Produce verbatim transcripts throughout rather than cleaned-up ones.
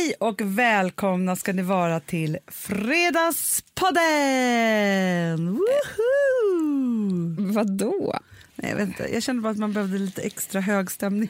Hej och välkomna ska ni vara till Fredagspodden! Woohoo! Vadå? Nej, jag vet inte. Jag kände bara att man behövde lite extra hög stämning.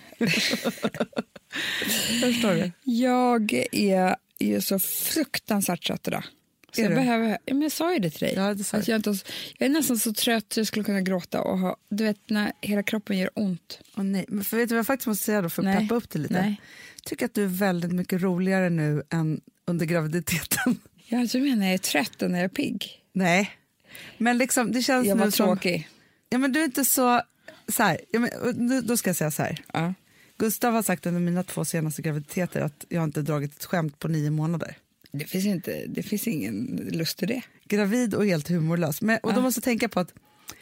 Förstår du? Jag är ju så fruktansvärt trött idag. Så jag, behöver, ja, men jag sa ju det till dig. Ja, det sa att jag, inte, jag är nästan så trött att jag skulle kunna gråta. Och ha, du vet, när hela kroppen gör ont. Åh, nej. Men för vet du vad jag faktiskt måste säga då för att Nej. peppa upp det lite? Nej. Jag tycker att du är väldigt mycket roligare nu än under graviditeten. Ja, du menar jag är trött och när jag är pigg? Nej, men liksom det känns Jag var nu som... tråkig. Ja, men du är inte så... så här, ja, men, då ska jag säga så här. Ja. Gustav har sagt under mina två senaste graviditeter att jag inte dragit ett skämt på nio månader. Det finns, inte, det finns ingen lust i det. Gravid och helt humorlös. Men, och Ja. då måste jag tänka på att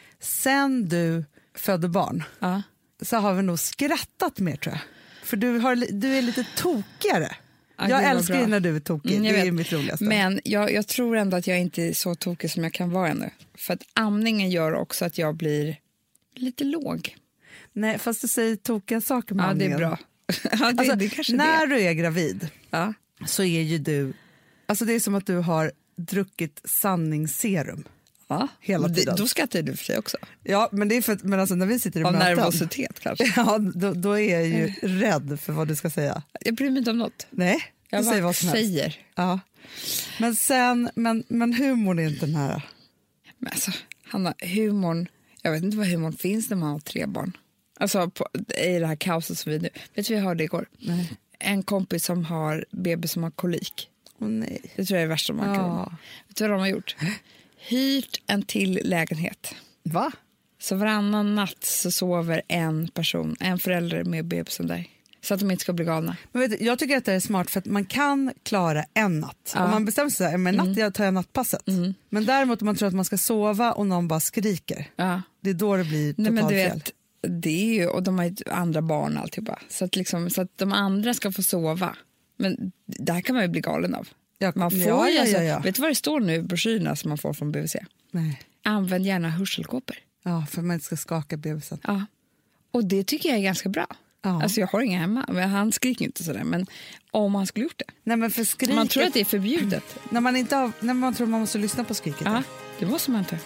sen du födde barn Ja. så har vi nog skrattat mer, tror jag. För du, har, du är lite tokigare. Ja, jag det var älskar ju bra. när du är tokig. Mm, jag det är vet. mitt roligaste. Men jag, jag tror ändå att jag inte är så tokig som jag kan vara ännu. För att amningen gör också att jag blir lite låg. Nej, fast du säger tokiga saker med Ja, det är andningen. bra. Ja, det, Alltså, det kanske när det. du är gravid Ja. så är ju du... Alltså det är som att du har druckit sanningsserum. Ja. Hela tiden. Det, då skrattar du för sig också. Ja, men det är för att, men alltså när vi sitter i Av möten... nervositet kanske. Ja, då, då är jag ju rädd för vad du ska säga. Jag bryr mig inte om något. Nej, du Jag säger bara vad som helst. säger. Ja. Men sen, men, men humorn är inte nära. Men alltså, Hanna, humorn... Jag vet inte vad humorn finns när man har tre barn. Alltså på, i det här kaoset som vi nu... Vet du vad jag hörde igår? Nej. En kompis som har bebis som har kolik. Åh nej. Det tror jag är det värsta man Ja. kan. Vet du vad de har gjort? Hyrt en till lägenhet. Va? Så varannan natt så sover en person, en förälder med bebisen där. Så att de inte ska bli galna. Men vet du, jag tycker att det är smart för att man kan klara en natt. Ja. Om man bestämmer sig så här, men natt Mm. jag tar jag nattpasset. Mm. Men däremot om man tror att man ska sova och någon bara skriker. Ja. Det är då det blir Nej, totalt men du fel. vet, det är ju, och de har ju andra barn alltihopa. Så att, liksom, så att de andra ska få sova. Men det här kan man ju bli galen av. Ja, Man får ja, ju ja, alltså, ja, ja. Vet du vad det står nu i broschyrerna som man får från B V C? Nej. Använd gärna hörselkåpor. Ja, för man inte ska skaka bebisen. Ja. Och det tycker jag är ganska bra. Ja. Alltså jag har inga hemma, men han skriker inte sådär. Men om han skulle gjort det. Nej, men för skriket, Man tror att det är förbjudet. när man inte har, när man tror man måste lyssna på skriket. Ja, det måste man inte.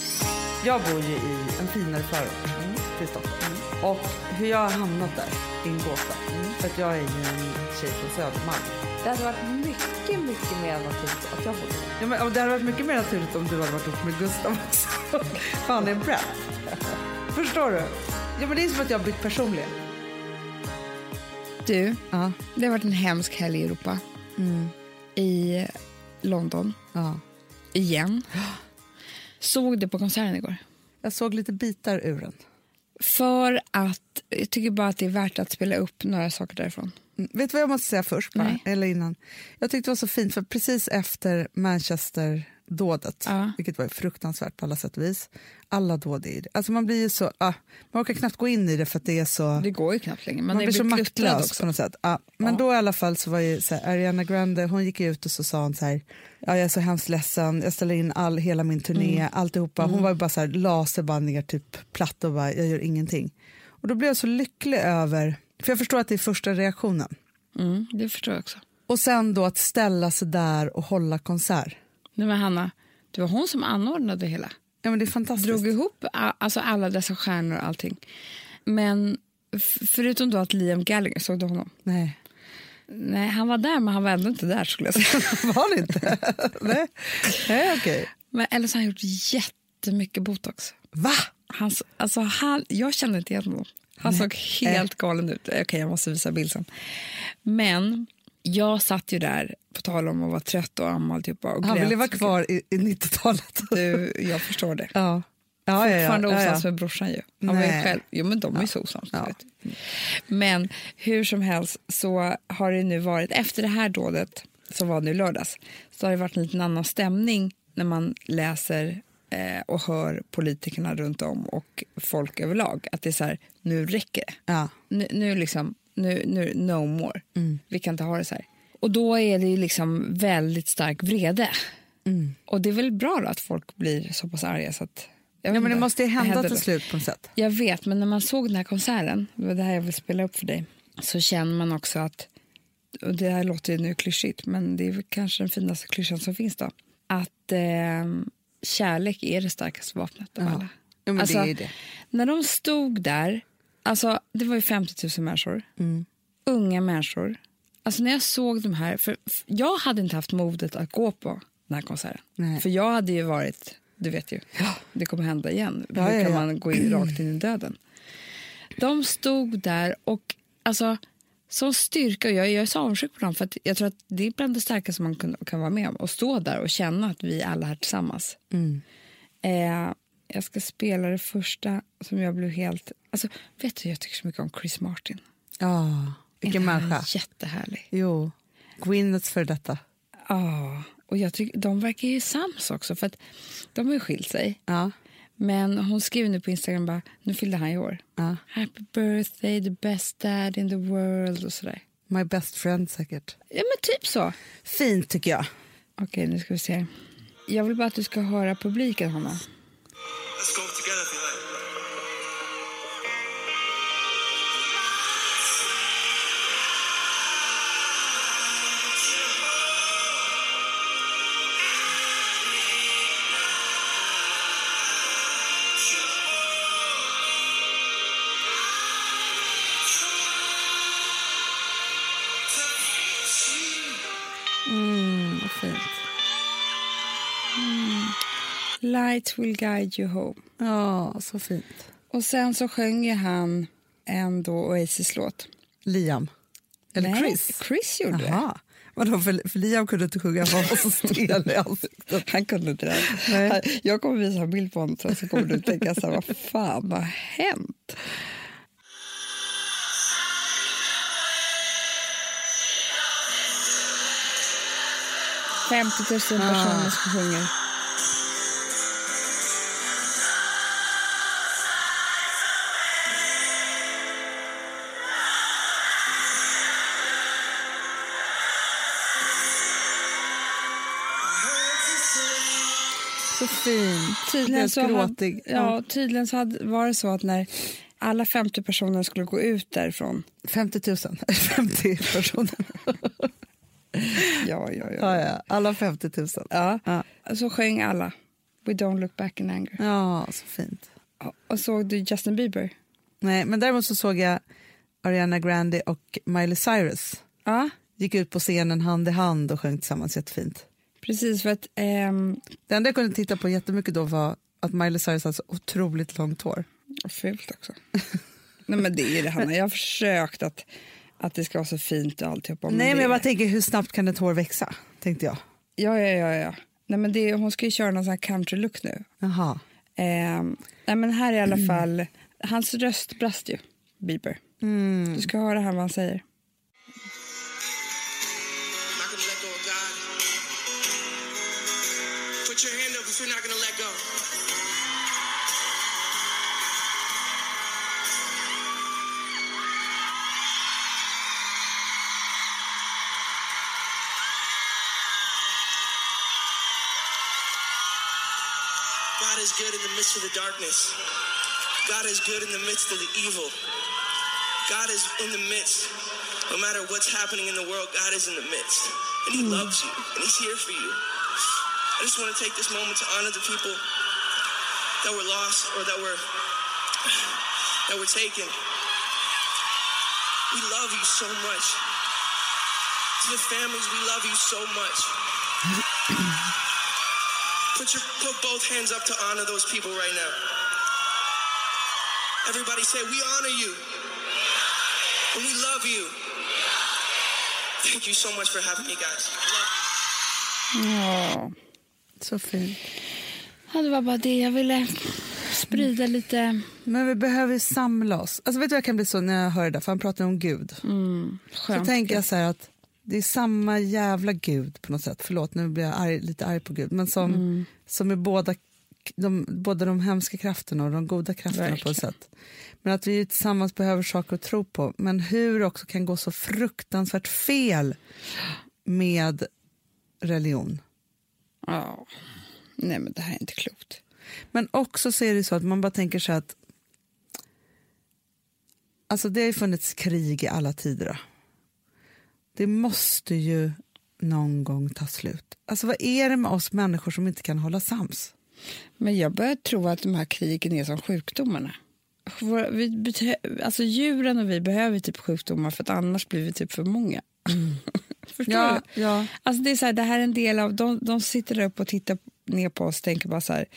Jag bor ju i en finare förort till Stockholm. Och hur jag har hamnat där i en gåta. För att jag är ju en tjej från Södermalm. Det hade varit mycket, mycket mer naturligt att jag bodde där. Ja, men, och det hade varit mycket mer naturligt om du hade varit upp med Gustav också. Fan, är en brett. Förstår du? Ja, men det är som att jag har bytt personlighet. Du, Ja. det har varit en hemsk helg i Europa. Mm. I London. Ja. Igen. Såg det på konserten igår. Jag såg lite bitar ur den. För att jag tycker bara att det är värt att spela upp några saker därifrån. Mm. Vet du vad jag måste säga först? Bara? Nej. Eller innan. Jag tyckte det var så fint för precis efter Manchester-dådet, Ja. vilket var fruktansvärt på alla sätt och vis. Alla dåd i det. Alltså man blir ju så, ah, man orkar knappt gå in i det för att det är så... Det går ju knappt längre. Man, Man blir så maktlös också. på något sätt. Ja, men Ja. då i alla fall så var ju så här, Ariana Grande, hon gick ut och så sa hon så här, ja, jag är så hemskt ledsen, jag ställer in all, hela min turné, Mm. alltihopa. Hon Mm. var ju bara så här, la sig bara ner typ platt och bara, jag gör ingenting. Och då blev jag så lycklig över, för jag förstår att det är första reaktionen. Mm, det förstår jag också. Och sen då att ställa sig där och hålla konsert. Nej, men Hanna, det var hon som anordnade det hela. Ja, men det är fantastiskt. Drog ihop a- alltså alla dessa stjärnor och allting. Men f- förutom då att Liam Gallagher, såg du honom? Nej. Nej, han var där men han var ändå inte där skulle jag säga. Var det inte? Nej, Nej okej. Men eller så har han gjort jättemycket botox. Va? Han, s- alltså han, jag kände inte igen honom. Han Nej. såg helt galen ut. Okej, jag måste visa bilden. Men jag satt ju där på tal om att vara trött och ammal typ, och Han grät ville vara så kvar i, i nittiotalet. Du, jag förstår det. Ja. Ja, ja, ja, Fortfarande ja, osams ja. med brorsan ju. Han var ju Nej. själv. Jo, men de är ju så osams. Ja. Vet du. Men hur som helst så har det nu varit, efter det här dådet som var nu lördags, så har det varit en liten annan stämning när man läser eh, och hör politikerna runt om och folk överlag. Att det är så här, nu räcker det. Ja. Nu, nu liksom, nu, nu no more. Mm. Vi kan inte ha det så här. Och då är det ju liksom väldigt stark vrede. Mm. Och det är väl bra då att folk blir så pass arga så att... jag vet Ja, men det inte. måste ju hända Händer till det. slut på något sätt. Jag vet, men när man såg den här konserten, det var det här jag vill spela upp för dig, så känner man också att och det här låter ju nu klyschigt, men det är kanske den finaste klyschan som finns då. Att eh, kärlek är det starkaste vapnet av ja. alla. Ja, men alltså, det är det. När de stod där, alltså det var ju femtio tusen människor, mm. unga människor. Alltså när jag såg de här, för jag hade inte haft modet att gå på den här konserten. Nej. För jag hade ju varit, du vet ju, ja. det kommer hända igen. Ja, Hur ja, kan ja. man gå in rakt in i döden? De stod där och alltså sån styrka, och jag, jag är så avundsjuk på dem, för att jag tror att det är bland det starkaste man kan, kan vara med om, och stå där och känna att vi alla här tillsammans. Mm. Eh, jag ska spela det första som jag blev helt, alltså vet du, jag tycker så mycket om Chris Martin. Ja, vilken människa. Jättehärlig. Jo, Gwyneths för detta. Ja, och jag tycker de verkar ju sams också, för att de har ju skilt sig. Ja. Men hon skrev nu på Instagram bara, nu fyllde han i år. Ja. Happy birthday, the best dad in the world och sådär. My best friend säkert. Ja, men typ så. Fint tycker jag. Okej, nu ska vi se. Jag vill bara att du ska höra publiken, Hanna. Let's go together if you like. Mm, vad fint. Mm. Light will guide you home. Ja, så fint. Och sen så sjöng ju han en då Oasis-låt. Liam. Eller Nej, Chris. Chris gjorde det. Jaha. Vadå, för, för Liam kunde inte sjunga, han var så stel i ansiktet. Han kunde inte det. Nej. Han, jag kommer visa en bild på honom, så kommer du tänka så här, vad fan har hänt? femtio tusen personer som sjunger. Så fint. Tydligen så, hade, gråtig. ja, tydligen så hade, var det så att när alla femtio personer skulle gå ut därifrån. femtio tusen. femtio personer. Ja, ja, ja. Ja, ja. Alla femtio tusen. Ja. Ja. Så sjöng alla We don't look back in anger. Ja, så fint. Ja, och såg du Justin Bieber? Nej, men däremot så såg jag Ariana Grande och Miley Cyrus. Ja, Gick ut på scenen hand i hand och sjöng tillsammans jättefint. precis, för att ehm, Det enda jag kunde titta på jättemycket då var att Miley Cyrus hade så otroligt långt hår. fult också. Nej, men det är det, Hanna. Jag har försökt att, att det ska vara så fint och alltihopa. Nej, men det, jag bara tänker, hur snabbt kan ett hår växa? Tänkte jag. Ja, ja, ja, ja. Nej, men det, hon ska ju köra någon sån här country look nu. Jaha. Ehm, nej, men här i alla mm. fall, hans röst brast ju, Bieber. Mm. Du ska höra här vad han säger. Put your hand up if you're not gonna let go. God is good in the midst of the darkness. God is good in the midst of the evil. God is in the midst. No matter what's happening in the world, God is in the midst. And he loves you, and he's here for you. I just want to take this moment to honor the people that were lost or that were that were taken. We love you so much. To the families, we love you so much. Put your put both hands up to honor those people right now. Everybody say, we honor you. And we love you. Thank you so much for having me, guys. Love you. Ja. Så fint. Ja, det var bara det jag ville sprida lite. Men vi behöver ju samla oss. Alltså vet du vad jag kan bli så när jag hör det där? För han pratar om Gud. Mm, så tänker jag så här att det är samma jävla Gud på något sätt. Förlåt, nu blir jag arg, lite arg på Gud. Men som, mm. som är båda de, både de hemska krafterna och de goda krafterna. Verkligen. På ett sätt. Men att vi tillsammans behöver saker att tro på. Men hur också kan gå så fruktansvärt fel med religion. Ja, nej men det här är inte klokt. Men också så är det så att man bara tänker så att alltså det har ju funnits krig i alla tider. Det måste ju någon gång ta slut. Alltså vad är det med oss människor som inte kan hålla sams? Men jag börjar tro att de här krigen är som sjukdomarna. Vi bete- alltså djuren och vi behöver typ sjukdomar för att annars blir vi typ för många. Mm. Förstår ja, du? Ja. Alltså det är så här, det här är en del av, de, de sitter upp och tittar ner på oss och tänker bara så här,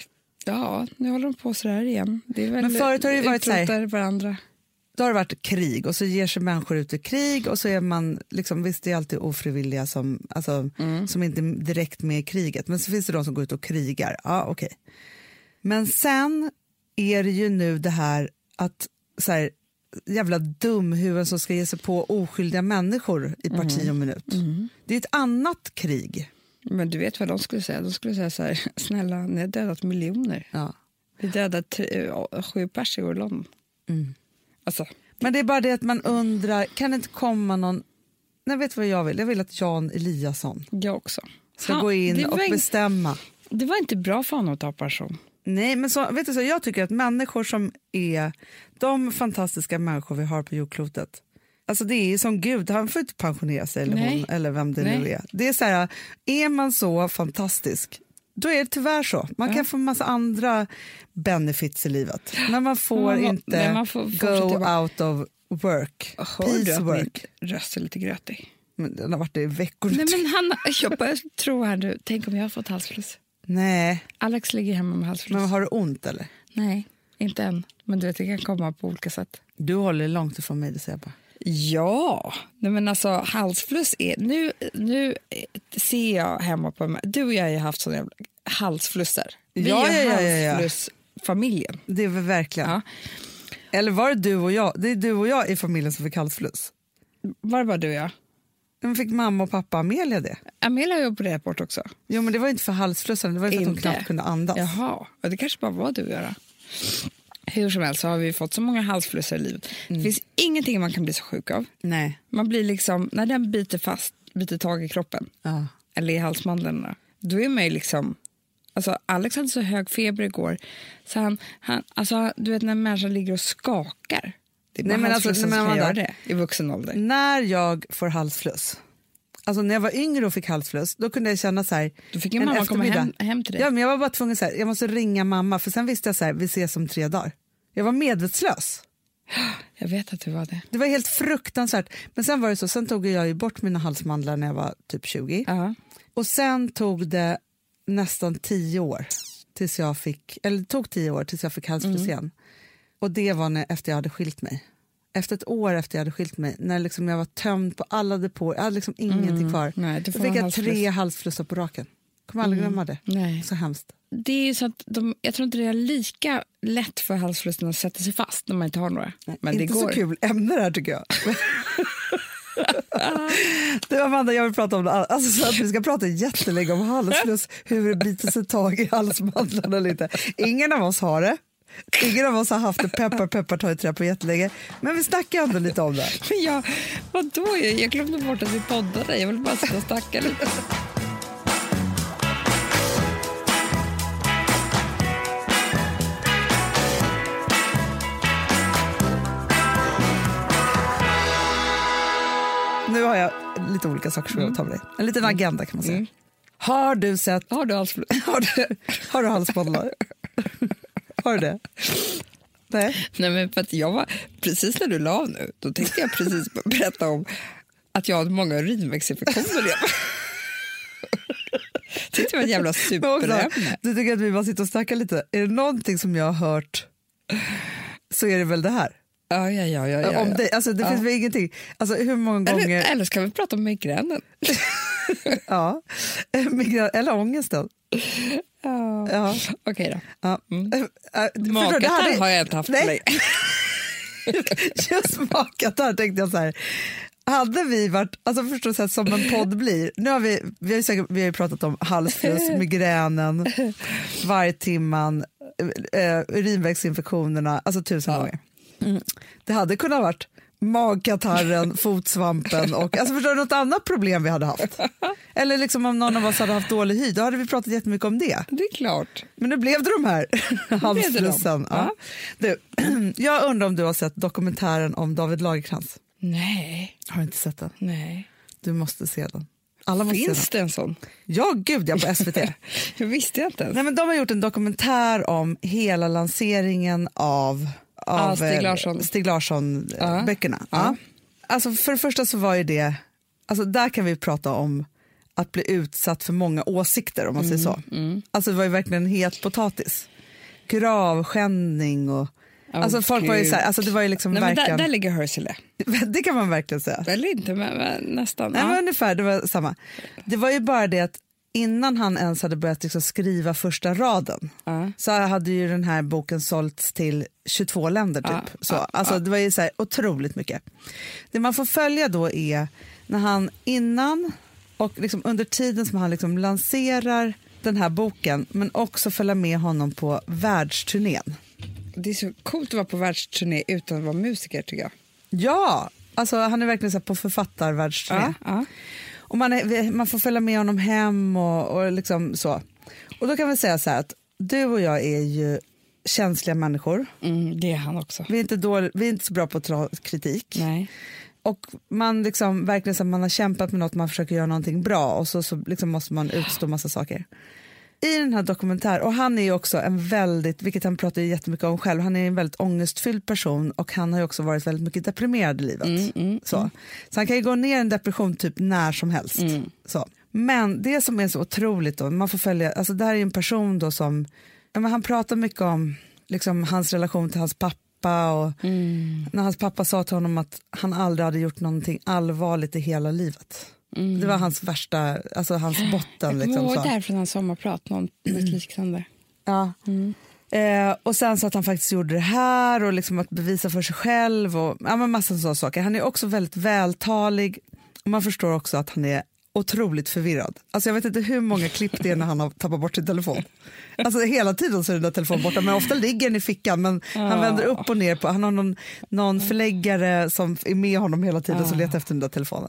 ja, nu håller de på så där igen. Det är väl, men förut har det ju varit så här, varandra. Då har det varit krig och så ger sig människor ut i krig och så är man, liksom, visst det är alltid ofrivilliga som, alltså, mm. som inte är direkt med i kriget, men så finns det de som går ut och krigar, ja okej. Okay. Men sen är det ju nu det här att så här, jävla dumhuvuden som ska ge sig på oskyldiga människor i parti och mm. minut. Mm. Det är ett annat krig. Men du vet vad de skulle säga? De skulle säga så här, snälla, ni har dödat miljoner. Ja. Vi dödat tre, sju personer i London. Mm. Alltså. Men det är bara det att man undrar, kan det inte komma någon, nej vet vad jag vill? Jag vill att Jan Eliasson jag också. ska Han, gå in och in, bestämma. Det var inte bra för honom att ta pension. Nej, men så, vet du så, jag tycker att människor som är de fantastiska människor vi har på jordklotet, alltså det är som Gud, han får inte pensionera sig eller Nej. hon eller vem det Nej. nu är. Det är så här, är man så fantastisk, då är det tyvärr så. Man ja. kan få en massa andra benefits i livet. Men man får man, inte man får, go får out of work. Hör Peace du att work. min röst är lite grötig? Men den har varit det i veckor. Nej, men han, jag bara tror här nu, tänk om jag har fått halsfluss. Nej. Alex ligger hemma med halsfluss. Men har du ont eller? Nej, inte än. Men du vet, det kan komma på olika sätt. Du håller långt ifrån mig, det säger jag bara. Ja, nej men alltså halsfluss är, nu, nu ser jag hemma på mig, du och jag har ju haft sådana jävla halsflussar. Vi ja, är ja, ja, ja. halsflussfamiljen. Det är väl verkligen. Ja. Eller var det du och jag? Det är du och jag i familjen som fick halsfluss. Var det bara du och jag? Men fick mamma och pappa Amelia det? Amelia har ju opererat bort också. Jo, men det var inte för halsflussan, det var för att hon Inte. knappt kunde andas. Jaha, och det kanske bara var du och jag då. Hur som helst så har vi fått så många halsflussar i livet. Mm. Det finns ingenting man kan bli så sjuk av. Nej. Man blir liksom, när den biter fast, biter tag i kroppen, Ja. eller i halsmandlarna, då är man ju liksom, alltså Alex hade så hög feber igår, så han, han alltså du vet när människan ligger och skakar. Det är bara Nej, men alltså, halsflussen nej, men som kan man göra det i vuxen ålder. När jag får halsfluss, alltså när jag var yngre och fick halsfluss, då kunde jag känna så här. Då fick ju mamma komma hem, hem till dig. Ja, men jag var bara tvungen så här, jag måste ringa mamma, för sen visste jag så här, vi ses om tre dagar. Jag var medvetslös. Jag vet att du var det. Det var helt fruktansvärt. Men sen var det så, sen tog jag ju bort mina halsmandlar när jag var typ tjugo. Uh-huh. Och sen tog det nästan tio år tills jag fick, eller det tog tio år tills jag fick halsfluss mm. igen. Och det var när, efter jag hade skilt mig. Efter ett år efter jag hade skilt mig, när liksom jag var tömd på alla depåer, jag hade liksom ingenting mm. kvar. Nej, då fick jag halsfluss. tre halsflussar på raken. Kommer aldrig mm. glömma det. Nej. Så hemskt. Det är ju så att de, jag tror inte det är lika lätt för halsflussen att sätta sig fast när man inte har några. Nej, men inte det går. Så kul ämne det här tycker jag. Du Amanda, jag vill prata om det. Alltså så att vi ska prata jättelänge om halsfluss, hur det biter sig tag i halsmandlarna lite. Ingen av oss har det. Ingen av oss har haft det, peppar peppar tar i trä på jättelänge. Men vi snackar ändå lite om det. Men jag, vadå? Jag glömde bort att vi poddade. Jag vill bara sitta och snacka lite. Nu har jag lite olika saker som jag vill ta med dig. En liten agenda kan man säga. Mm. Har du sett... Har du halsfluss? har du, har du halsmandlar? Har du det? Nej. Nej, men för att jag var, precis när du la av nu, då tänkte jag precis berätta om att jag hade många urinvägsinfektioner. Det var ett jävla superämne. Du tycker att vi bara sitter och snackar lite. Är det någonting som jag har hört så är det väl det här. Ja, ja, ja, ja, ja. Om det, alltså det ja. finns väl ingenting. Alltså hur många eller, gånger... Eller ska vi prata om migränen? Ja, migrän, eller ångesten. Ja. Ja. Okej då. Ja. Mm. Uh, Makatarr har jag inte haft för länge. Just makatarr tänkte jag så här. Hade vi varit, alltså förstås här, som en podd blir, nu har vi, vi har ju, säkert, vi har ju pratat om halsfluss, migränen, vargtimman, uh, urinvägsinfektionerna, alltså tusen ja. gånger. Mm. Det hade kunnat varit magkatarren, fotsvampen och alltså förstår du något annat problem vi hade haft? Eller liksom om någon av oss hade haft dålig hy, då hade vi pratat jättemycket om det. Det är klart. Men nu blev det de här halsflussen. Ja. Du, jag undrar om du har sett dokumentären om David Lagercrantz? Nej. Har du inte sett den? Nej. Du måste se den. Alla måste Finns se det en sån? Ja, gud, jag på S V T. Jag visste jag inte ens. Nej, men de har gjort en dokumentär om hela lanseringen av, av ah, Stig Larsson, Stig Larsson ah. böckerna. Ah. Ja. Alltså för det första så var ju det, alltså där kan vi prata om att bli utsatt för många åsikter om man mm, säger så. Mm. Alltså det var ju verkligen en het potatis. Gravskändning och Oh, alltså folk Gud. var ju så här, alltså det var ju liksom Nej, verkligen. Men där, där ligger Hörsele. Det kan man verkligen säga. Väl inte, men, men nästan. Nej, ja. men ungefär, det var samma. Det var ju bara det att innan han ens hade börjat liksom skriva första raden ja. så hade ju den här boken sålts till tjugotvå länder typ. Ja, så, ja, alltså ja. det var ju så här otroligt mycket. Det man får följa då är när han innan och liksom under tiden som han liksom lanserar den här boken, men också följa med honom på världsturnén. Det är så coolt att vara på världsturné utan att vara musiker tycker jag. Ja, alltså han är verkligen så här på författarvärldsturné. Ja, ja. Och man, är, man får följa med honom hem och, och liksom så. Och då kan vi säga så här att du och jag är ju känsliga människor. Mm, det är han också. Vi är inte, dålig, vi är inte så bra på att ta kritik. Nej. Och man liksom verkligen så man har kämpat med något, man försöker göra någonting bra och så, så liksom måste man utstå massa saker. I den här dokumentären, och han är ju också en väldigt, vilket han pratar ju jättemycket om själv, han är en väldigt ångestfylld person och han har ju också varit väldigt mycket deprimerad i livet. Mm, mm, så. Mm. så han kan ju gå ner i en depression typ när som helst. Mm. Så. Men det som är så otroligt då, man får följa, alltså det här är ju en person då som, ja, men han pratar mycket om liksom hans relation till hans pappa och Mm. när hans pappa sa till honom att han aldrig hade gjort någonting allvarligt i hela livet. Mm. Det var hans värsta, alltså hans botten. Jag Liksom, var så. där från hans sommarprat, något mm. liknande. Ja. Mm. Eh, och sen så att han faktiskt gjorde det här och liksom att bevisa för sig själv och ja, men massa sådana saker. Han är också väldigt vältalig och man förstår också att han är otroligt förvirrad. Alltså jag vet inte hur många klipp det är när han har tappat bort sin telefon. Alltså hela tiden så är den där telefonen borta, men ofta ligger den i fickan, men ja. han vänder upp och ner på, han har någon, någon förläggare som är med honom hela tiden ja. som letar efter den där telefonen.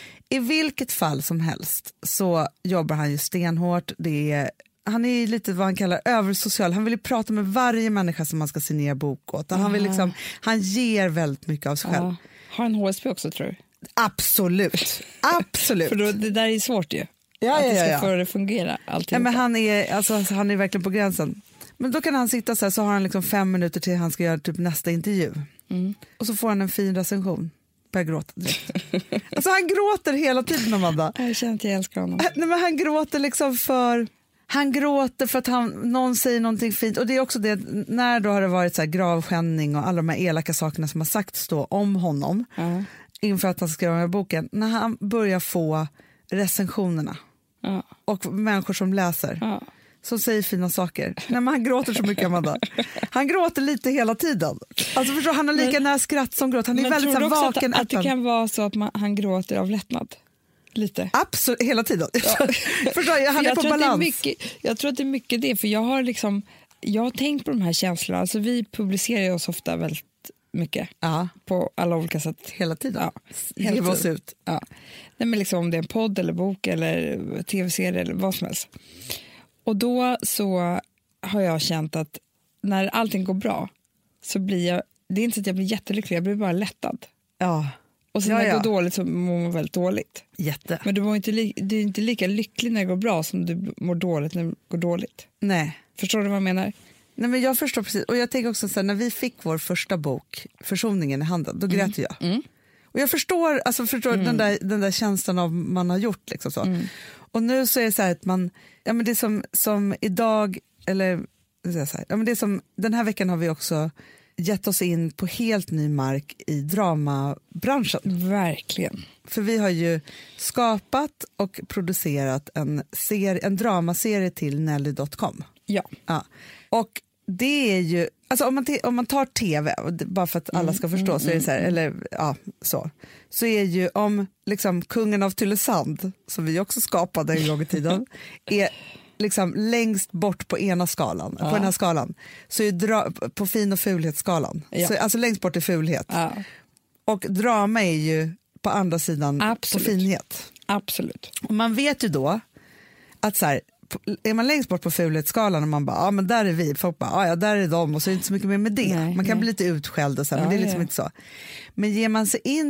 I vilket fall som helst så jobbar han ju stenhårt. Det är, han är lite vad han kallar översocial. Han vill ju prata med varje människa som man ska signera bok åt. Han, vill liksom, han ger väldigt mycket av sig själv. Ja. Har han H S P också tror du? Absolut, absolut. För då, det där är svårt ju. Ja, att ja, det ska ja, ja. få det fungera. Ja, men han, är, alltså, han är verkligen på gränsen. Men då kan han sitta så här, så har han liksom fem minuter till han ska göra typ nästa intervju. Mm. Och så får han en fin recension. Börjar gråta direkt. Alltså han gråter hela tiden, Amanda. Jag känner att jag älskar honom. Nej, men han gråter liksom för... Han gråter för att han, någon säger någonting fint. Och det är också det, när då har det varit så här gravskändning och alla de här elaka sakerna som har sagts då om honom Ja. inför att han ska skriva den här boken. När han börjar få recensionerna Ja. och människor som läser Ja. som säger fina saker. Nej, men han gråter så mycket, Amanda. Han gråter lite hela tiden. Alltså förstår, han har lika men, nära skratt som gråt. Han är men väldigt tror så du också vaken. att, att det kan vara så att man, han gråter av lättnad? Lite. Absolut, hela tiden. Ja. Förstår jag, han är på balans. Är mycket, jag tror att det är mycket det, för jag har liksom jag har tänkt på de här känslorna. Alltså vi publicerar oss ofta väldigt mycket. Ja. På alla olika sätt. Hela tiden. Ja. Ge oss ut. Ja. Nej, men liksom om det är en podd eller bok eller tv-serie eller vad som helst. Och då så har jag känt att när allting går bra så blir jag, det är inte så att jag blir jättelycklig, jag blir bara lättad. Ja. Och sen ja, när det ja. går dåligt så mår man väldigt dåligt. Jätte. Men du, mår inte li- du är inte lika lycklig när det går bra som du mår dåligt när det går dåligt. Nej. Förstår du vad jag menar? Nej, men jag förstår precis. Och jag tänker också så här, när vi fick vår första bok, Försoningen i handen, då grät mm. jag. Mm. Och jag förstår, alltså förstår mm. den, där, den där känslan av man har gjort. Liksom så. Mm. Och nu så är det så här att man, ja men det är som, som idag, eller så här, ja men det är som, den här veckan har vi också gett oss in på helt ny mark i dramabranschen. Verkligen. För vi har ju skapat och producerat en, serie, en dramaserie till Nelly punkt com. Ja. Ja. Och det är ju, alltså om man, t- om man tar tv, bara för att alla ska förstå, mm, så är det så här, mm, eller ja, så. Så är ju om liksom kungen av Tylösand, som vi också skapade en gång i tiden, är liksom längst bort på ena skalan, ja. på den här skalan, så är dra- på fin- och fulhetsskalan, ja. så, alltså längst bort är fulhet. Ja. Och drama är ju på andra sidan. Absolut. På finhet. Absolut. Och man vet ju då att så här, är man längst bort på fulhetsskalan och man bara, ja men där är vi, folk bara, ja där är de, och så är det inte så mycket mer med det. Nej, man kan nej. bli lite utskälld och så här, ja, men det är liksom ja. inte så. Men ger man sig in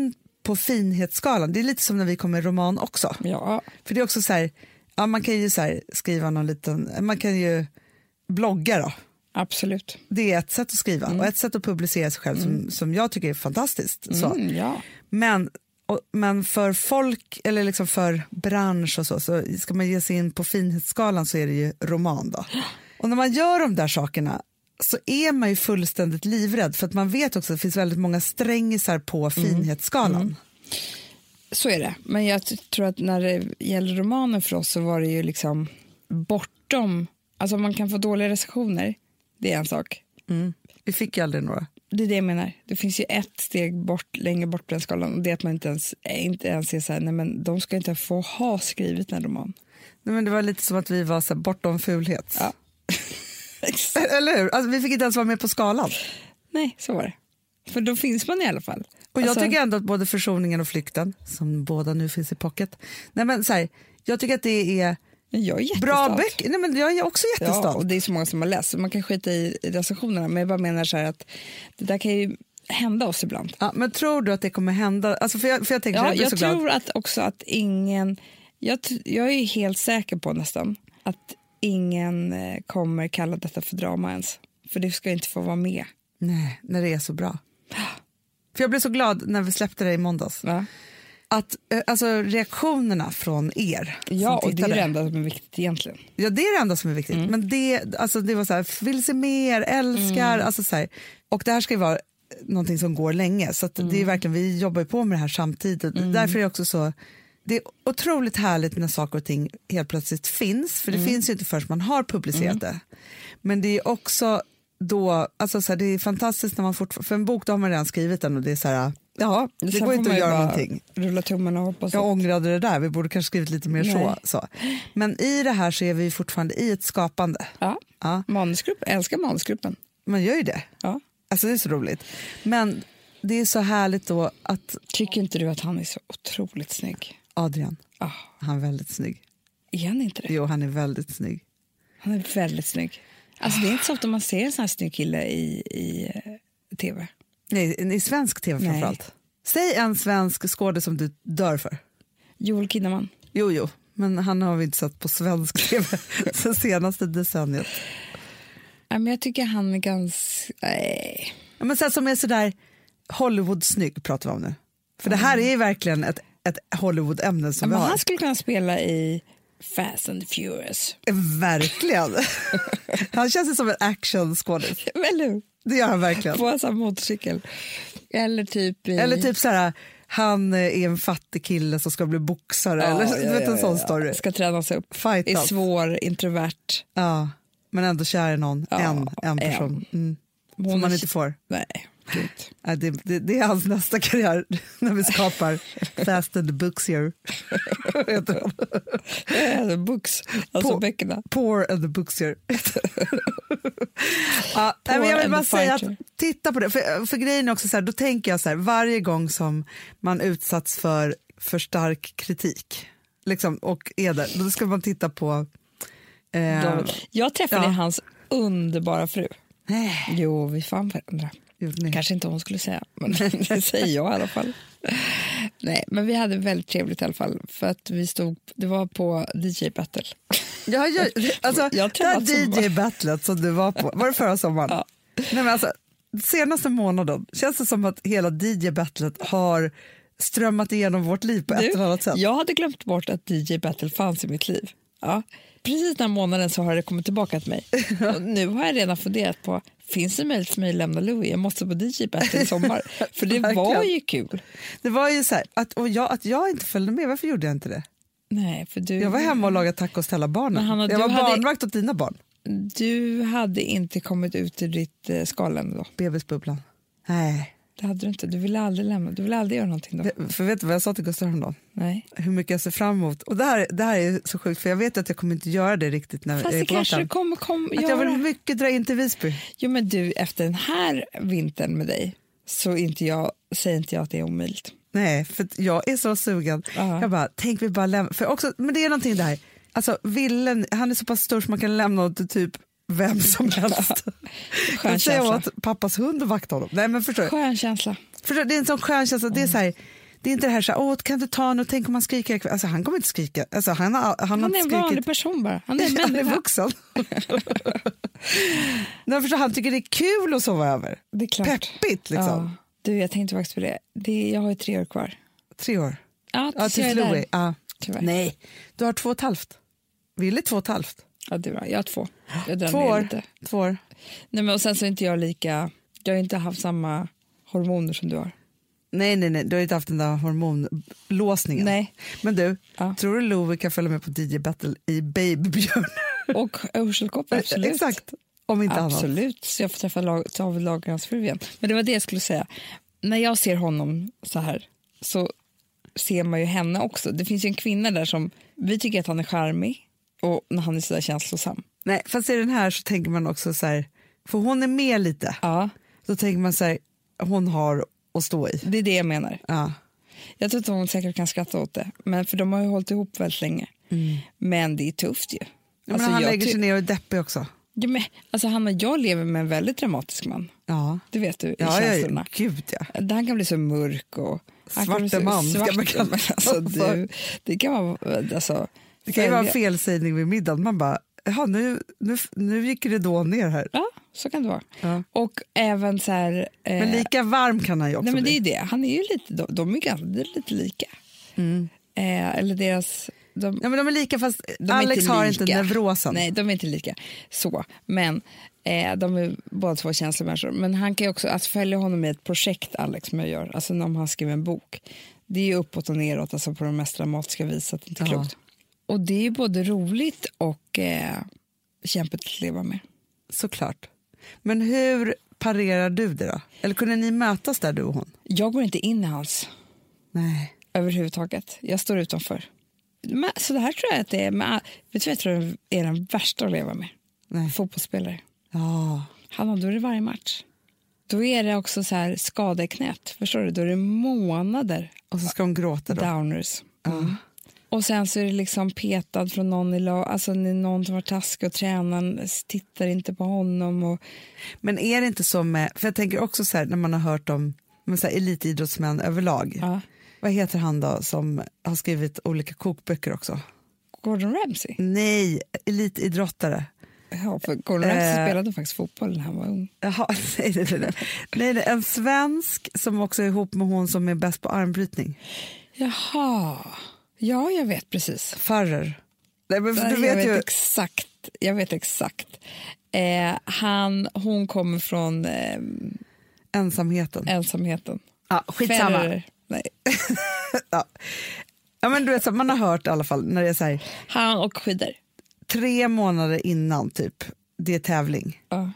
på finhetsskalan. Det är lite som när vi kommer roman också. Ja. För det är också så här, ja, man kan ju så här skriva någon liten, man kan ju blogga då. Absolut. Det är ett sätt att skriva mm. och ett sätt att publicera sig själv mm. som, som jag tycker är fantastiskt. Så. Mm, ja. Men, och, men för folk, eller liksom för bransch och så, så ska man ge sig in på finhetsskalan så är det ju roman då. Och när man gör de där sakerna så är man ju fullständigt livrädd för att man vet också att det finns väldigt många strängisar på finhetsskalan. Mm. Mm. Så är det. Men jag tror att när det gäller romanen för oss så var det ju liksom bortom, alltså man kan få dåliga recensioner, det är en sak. Mm. Vi fick ju aldrig några. Det är det jag menar. Det finns ju ett steg bort, längre bort på den skalan och det är att man inte ens, inte ens är så här, nej men de ska inte få ha skrivit en roman. Nej men det var lite som att vi var så här, bortom fulhet. Ja. Eller hur? Alltså, vi fick inte ens vara med på skalan. Nej, så var det. För då finns man i alla fall. Och jag alltså... tycker ändå att både Försoningen och Flykten, som båda nu finns i pocket. Nej men så här, jag tycker att det är, jag är bra böcker. Nej men jag är också jättestolt. Ja, och det är så många som har läst. Så man kan skita i recensionerna. Men jag bara menar så här att det där kan ju hända oss ibland. Ja, men tror du att det kommer hända? Alltså för jag, för jag tänker ja, jag, jag så tror glad. att också att ingen, jag, jag är helt säker på nästan att ingen kommer kalla detta för drama ens. För det ska inte få vara med. Nej, när det är så bra. För jag blev så glad när vi släppte det i måndags. Va? Att alltså, reaktionerna från er. Ja, och det är det enda som är viktigt egentligen. Ja, det är det enda som är viktigt. Mm. Men det, alltså, det var så här, vill se mer, älskar. Mm. Alltså, så här. Och det här ska ju vara någonting som går länge. Så att mm. det är verkligen, vi jobbar på med det här samtidigt. Mm. Därför är det också så, det är otroligt härligt när saker och ting helt plötsligt finns. För det mm. finns ju inte förrän man har publicerat mm. det. Men det är också då, alltså så här, det är fantastiskt när man fortfarande, för en bok då har man redan skrivit den och det är så här, ja, det sen går inte att göra någonting. Rulla tummarna och hoppas. Jag ångrade det där, vi borde kanske skrivit lite mer så, så. Men i det här så är vi fortfarande i ett skapande. Ja, ja. Manusgrupp, jag älskar manusgruppen. Man gör ju det. Ja. Alltså det är så roligt. Men det är så härligt då att... Tycker inte du att han är så otroligt snygg? Adrian, ah. han är väldigt snygg. Är han inte det? Jo, han är väldigt snygg. Han är väldigt snygg. Alltså det är inte så ofta man ser en sån här snygg kille i, i uh, tv. Nej, i svensk tv Nej. framförallt. Säg en svensk skådespelare som du dör för. Joel Kinnaman. Jo, jo. Men han har vi inte sett på svensk tv sen senaste decenniet. Ja, men jag tycker han är ganska... Nej. Ja, men sen som är sådär Hollywood-snygg pratar vi om nu. För mm. det här är verkligen ett, ett Hollywood-ämne som ja, vi har. Han skulle kunna spela i Fast and Furious. Verkligen. Han känns som en action-skådis. Eller det gör han verkligen. På en sån motorcykel. Eller typ... I... Eller typ såhär, han är en fattig kille som ska bli boxare. Ja, eller ja, vet ja, en sån ja. story. Ska tränas upp. Fight är off. Svår, introvert. Ja, men ändå kär i någon. Ja, en, en person. Mm. Som man inte får. Nej, gud. Ja, det, det, det är hans nästa karriär när vi skapar Fast and the Booksier. Ja, books, alltså Poor, böckerna. Poor and the Booksier. Ja, men jag vill bara säga att titta på det. För, för grejen är också så här, då tänker jag så här, varje gång som man utsatts för för stark kritik liksom, och är där, då ska man titta på eh, jag träffade ja. hans underbara fru. Nej. Jo, vi fann varandra. Kanske inte hon skulle säga, men det säger jag i alla fall. Nej, men vi hade väldigt trevligt i alla fall för att vi stod, det var på D J Battle. Ja, jag, alltså jag det här D J-battlet som du var på, var det förra sommaren? Ja. Nej, men alltså, senaste månaden känns det som att hela D J-battlet har strömmat igenom vårt liv på du, ett eller annat sätt. Jag hade glömt bort att D J-battle fanns i mitt liv. Ja. Precis den här månaden så har det kommit tillbaka till mig. Och nu har jag redan funderat på, finns det möjlighet för mig att lämna Louis? Jag måste på D J-battle i sommar. För det var ju kul. Det var ju så här, att, och jag, att jag inte följde med, varför gjorde jag inte det? Nej, för du... Jag var hemma och lagade tacos till alla barnen. Hanna, jag var hade... barnvakt åt dina barn. Du hade inte kommit ut ur ditt eh, skalen då? Bebisbubblan. Nej. Det hade du inte. Du ville aldrig lämna. Du ville aldrig göra någonting då. För vet du vad jag sa till Gustav häromdagen? Nej. Hur mycket jag ser fram emot. Och det här, det här är så sjukt, för jag vet att jag kommer inte göra det riktigt när Fast jag är på kanske gatan. Kommer, kom, att jag vill mycket dra in till Visby. Jo, men du, efter den här vintern med dig så inte jag, säger inte jag att det är omöjligt. Nej, för jag är så sugen. Uh-huh. Jag bara, tänk vi bara lämna. För också, men det är någonting där. Alltså, Villen, han är så pass stor så man kan lämna honom till typ vem som helst. Skön jag säger åt pappas hund och vakta honom. Nej, men förstår du? Skön känsla. Förstår, det är en sån skön känsla. Det är så här, det är inte det här så här, åh, kan du ta nu, tänk om man skriker. Alltså han kommer inte skrika. Alltså, han, han, han, Han har är en skrikit. vanlig person bara. Han är en Han är människa. vuxen. Nej, för han tycker det är kul att sova över. Det är klart. Peppigt liksom. Ja. Du, jag tänkte faktiskt på det. det. Jag har ju tre år kvar. Tre år. Ja, Ja, till jag är där. Louie. Ja. Tyvärr. Nej, du har två och ett halvt. Vill två och ett halvt? Ja, det är bra. Jag har två. Jag drar Två ner år. lite. Två år. Nej, men och sen så är inte jag lika... Jag har inte haft samma hormoner som du har. Nej, nej, nej. Du har inte haft den där hormonlåsningen. Nej. Men du, Ja. tror du Louie kan följa med på D J Battle i Babybjörn? Och Urselkopp, absolut. Exakt. Om inte annat. Absolut, så jag får träffa lag, David Lagergrens fru igen. Men det var det jag skulle säga. När jag ser honom så här så ser man ju henne också. Det finns ju en kvinna där som vi tycker att han är charmig och när han är så där känslosam. Nej, fast i den här så tänker man också så här, för hon är med lite. Ja, Då tänker man så här, hon har att stå i. det är det jag menar. Ja. Jag tror att hon säkert kan skratta åt det. Men för de har ju hållit ihop väldigt länge. Mm. Men det är tufft ju. Men Alltså, han jag lägger ty- sig ner och är deppig också. Ja, men, alltså han och jag lever med en väldigt dramatisk man. Ja, Det vet du, i ja, ja, känslorna. ja. Gud ja. Han kan bli så mörk och... han kan bli Svarte så- man, ska svarte man kalla man. Alltså, du, det kan vara... Alltså, Det kan ju vara en följa- felsägning vid middagen. Man bara, jaha, nu, nu, nu gick det då ner här. Ja, så kan det vara. Ja. Och även så här... Eh, Men lika varm kan han ju också nej, men det är bli. ju det. Han är ju lite... De, de är ganska, det är lite lika. Mm. Eh, eller deras... De, Ja, men de är lika, fast de är Alex inte har lika. inte neurosen. Nej, de är inte lika. Så, men eh, de är båda två känslomänniskor. Men han kan ju också, att följa honom i ett projekt, Alex, som jag gör, alltså när han skriver en bok, det är ju uppåt och neråt, alltså på de mest dramatiska vis, att det inte är Ja. klokt. Och det är ju både roligt och eh, kämpigt att leva med. Såklart. Men hur parerar du det då? Eller kunde ni mötas där, du och hon? Jag går inte in i hans Nej. överhuvudtaget. Jag står utanför. Men, så det här tror jag att det är, med, vet du vad jag tror är den värsta att leva med? Nej. Fotbollsspelare. Ja. Hanna, då är det varje match. Då är det också så här skada i knät. Förstår du? Då är det månader Och så ska hon gråta då. downers. Mm. Och sen så är det liksom petad från någon i lag. Alltså någon som var taskig och tränaren tittar inte på honom. Och... Men är det inte så med, för jag tänker också så här när man har hört om men så här, elitidrottsmän överlag. Ja. Vad heter han då som har skrivit olika kokböcker också? Gordon Ramsay. Nej, elitidrottare. Ja, för Gordon Ramsay Eh. spelade faktiskt fotboll när han var ung. Jaha, nej, nej, nej, nej. nej, nej, en svensk som också är ihop med hon som är bäst på armbrytning. Jaha. Ja, jag vet precis. Farrer. Nej, men för Nej, du jag vet vet ju, exakt. Jag vet exakt. Eh, han, hon kommer från eh, ensamheten. ensamheten. Ja, skitsamma. Federer. Nej. Ja. Ja, men du vet, så, man har hört i alla fall när det är så här, Han och skidor. tre månader innan typ det är tävling. Ja.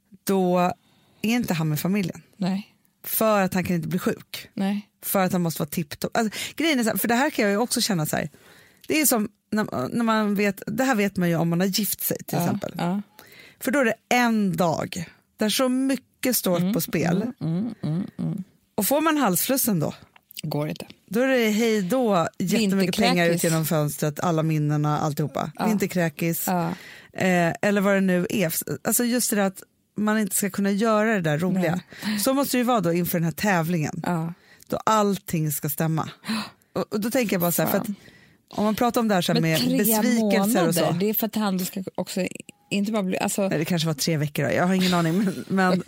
Då är inte han med familjen. Nej. För att han kan inte bli sjuk. Nej. För att han måste vara tipptopp. Alltså, grejen är så här, för det här kan jag ju också känna så här. Det är som när, när man vet, det här vet man ju om man har gift sig till Ja, exempel. ja. För då är det en dag där så mycket står Mm, på spel. Mm, mm, mm. Och får man halsflussen då, Går inte. då är det hej då jättemycket Vinterkräkis. pengar ut genom fönstret, alla minnena, alltihopa. Ja. Vinterkräkis, Ja. eh, eller vad det nu är. Alltså just det där att man inte ska kunna göra det där roliga. Så måste det ju vara då inför den här tävlingen. Ja. Då allting ska stämma. Och, och då tänker jag bara så här, för att om man pratar om det här, så här Men med tre besvikelser månader, och så. det är för att han ska också inte bara bli... Alltså, Nej, det kanske var tre veckor då. Jag har ingen aning. Men, men...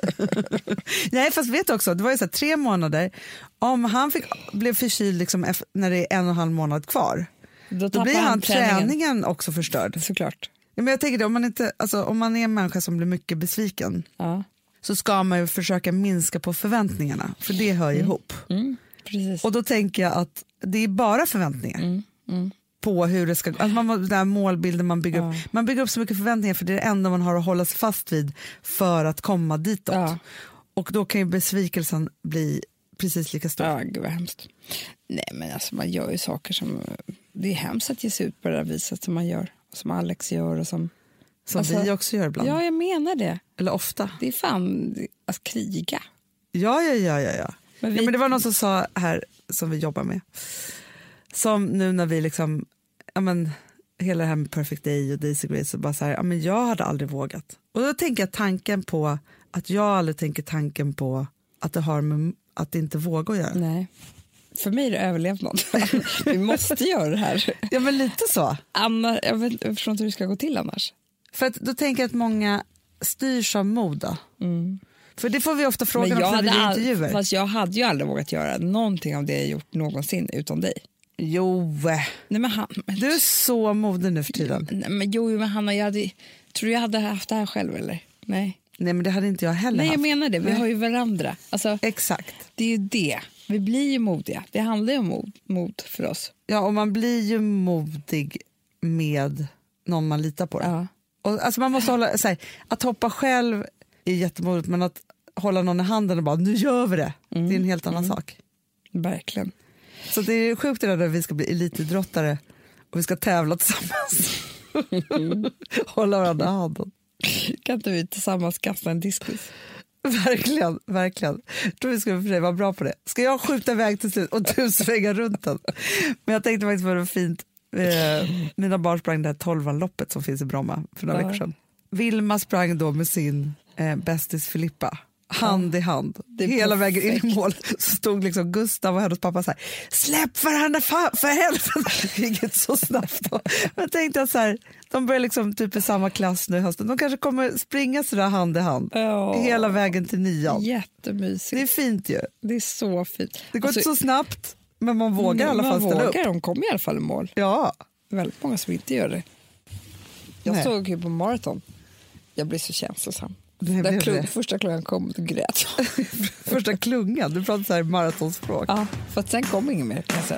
Nej, fast vet du också, det var ju så här, tre månader. Om han fick, blev förkyld liksom, eff- när det är en och en halv månad kvar, då, då tappar blir han träningen. träningen också förstörd. Såklart. Ja, men jag tänker det, om man, inte, alltså, om man är en människa som blir mycket besviken, Ja. så ska man ju försöka minska på förväntningarna, för det hör ju ihop. Mm, precis. Och då tänker jag att det är bara förväntningar. Mm, mm. På hur det ska, alltså man, den där målbilden man bygger Ja. upp. Man bygger upp så mycket förväntningar, för det är det enda man har att hålla sig fast vid för att komma ditåt. Ja. Och då kan ju besvikelsen bli precis lika stor. Ja, gud vad hemskt. Nej, men alltså man gör ju saker som... Det är hemskt att ge sig ut på det där viset som man gör. Som Alex gör och som... Som alltså, vi också gör ibland. Ja, jag menar det. Eller ofta. Det är fan att kriga. Ja, ja, ja, ja, ja. Men vi- ja men det var någon som sa här, som vi jobbar med, som nu när vi liksom, ja men hela det här med Perfect Day och Daisy Grace, så bara så här, ja men jag hade aldrig vågat. Och då tänker jag tanken på att jag aldrig tänker tanken på att det har med att inte våga att göra. Nej. för mig är det överlevnad. Vi måste göra det här. Ja, men lite så. Anna, jag, vet, jag förstår inte hur det ska gå till annars. För att då tänker jag att många styrs av moda. Mm. För det får vi ofta frågan också när vi gör intervjuer. Fast jag hade ju aldrig vågat göra någonting av det jag gjort någonsin utan dig. Jo. Nej, men han, men... Du är så modig nu för tiden. Nej, men jo, men Hanna, jag hade, tror du jag hade haft det här själv eller? Nej. Nej, men det hade inte jag heller Nej, haft. jag menar det. Vi Nej. har ju varandra. Alltså, exakt. Det är ju det. Vi blir ju modiga. Det handlar ju om mod, mod för oss. Ja, och man blir ju modig med någon man litar på. Ja. Och, alltså man måste hålla, så här, att hoppa själv är jättemodigt, men att hålla någon i handen och bara, nu gör vi det. Mm. Det är en helt annan mm. sak. Verkligen. Så det är sjukt det där att vi ska bli elitidrottare och vi ska tävla tillsammans. Mm. Hålla varandra i handen. Kan inte vi tillsammans kasta en diskus? Verkligen, verkligen. Jag tror vi skulle för dig vara bra på det. Ska jag skjuta iväg till slut och du svänga runt den? Men jag tänkte faktiskt på det fint. Eh, mina barn sprang det här tolvan-loppet som finns i Bromma för några ja. veckor sedan. Vilma sprang då med sin eh, bästis Filippa. Hand ja. i hand. Hela vägen in i mål så stod liksom Gustav och hennes pappa så här: släpp varandra för, för helvete. Det gick inte så snabbt då. Men jag tänkte så här, de börjar liksom typ i samma klass nu i hösten. De kanske kommer springa sådär hand i hand. Ja. Hela vägen till nian. Jättemysigt. Det är fint ju. Det är så fint. Det går alltså, inte så snabbt, men man vågar i alla fall ställa vågar, upp. De kommer i alla fall i mål. Ja. Väldigt många som inte gör det. Jag Nej. såg ju på maraton. Jag blir så känslosam. Där klung, första klungan kom och grät. Första klungan? Du pratar så här maratonspråk. Ja, för att sen kom ingen mer kan jag säga.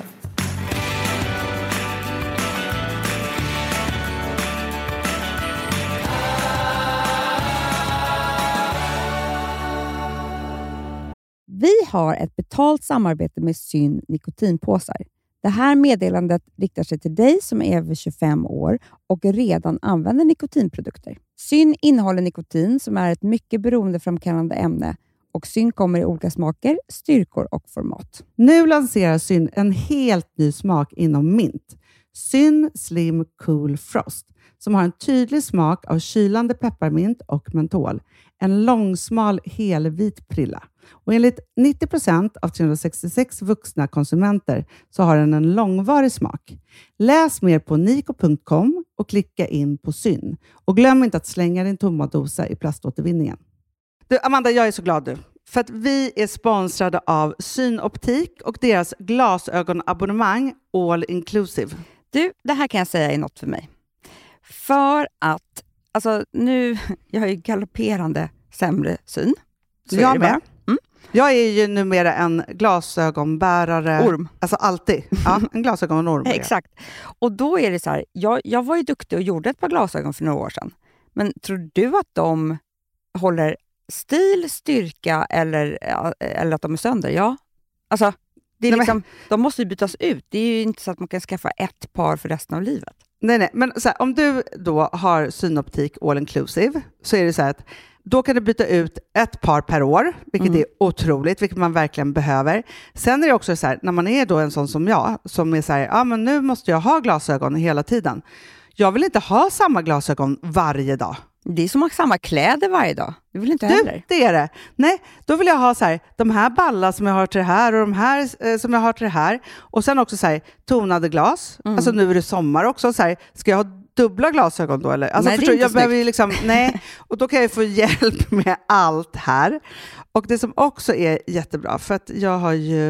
Vi har ett betalt samarbete med Syn nikotinpåsar. Det här meddelandet riktar sig till dig som är över tjugofem år och redan använder nikotinprodukter. Syn innehåller nikotin som är ett mycket beroendeframkallande ämne och Syn kommer i olika smaker, styrkor och format. Nu lanserar Syn en helt ny smak inom mint. Syn Slim Cool Frost som har en tydlig smak av kylande pepparmint och mentol. En långsmal helvit prilla. Och enligt nittio procent av trehundrasextiosex vuxna konsumenter så har den en långvarig smak. Läs mer på niko punkt com och klicka in på Syn. Och glöm inte att slänga din tomma dosa i plaståtervinningen. Du, Amanda, jag är så glad du. För att vi är sponsrade av Synoptik och deras glasögonabonnemang All Inclusive. Du, det här kan jag säga är något för mig. För att, alltså nu, jag har ju galopperande sämre syn. Så jag med. Mm. Jag är ju numera en glasögonbärare. Orm. Alltså alltid. Ja, en glasögonorm. Exakt. Och då är det så här, jag, jag var ju duktig och gjorde ett par glasögon för några år sedan. Men tror du att de håller stil, styrka eller, eller att de är sönder? Ja. Alltså, det är nej, liksom, men... de måste ju bytas ut. Det är ju inte så att man kan skaffa ett par för resten av livet. Nej, nej. Men så här, om du då har Synoptik All Inclusive så är det så här att då kan du byta ut ett par per år, vilket mm. är otroligt, vilket man verkligen behöver. Sen är det också så här, när man är då en sån som jag, som är så här, ja men nu måste jag ha glasögon hela tiden. Jag vill inte ha samma glasögon varje dag. Det är som att ha samma kläder varje dag. Det vill inte heller. Du, det är det. Nej, då vill jag ha så här, de här ballar som jag har till det här och de här eh, som jag har till det här. Och sen också så här, tonade glas. Mm. Alltså nu är det sommar också. Så här, ska jag ha dubbla glasögon då? Eller? Alltså, nej, förstår, det är inte jag behöver ju liksom, nej. Och då kan jag få hjälp med allt här. Och det som också är jättebra, för att jag har ju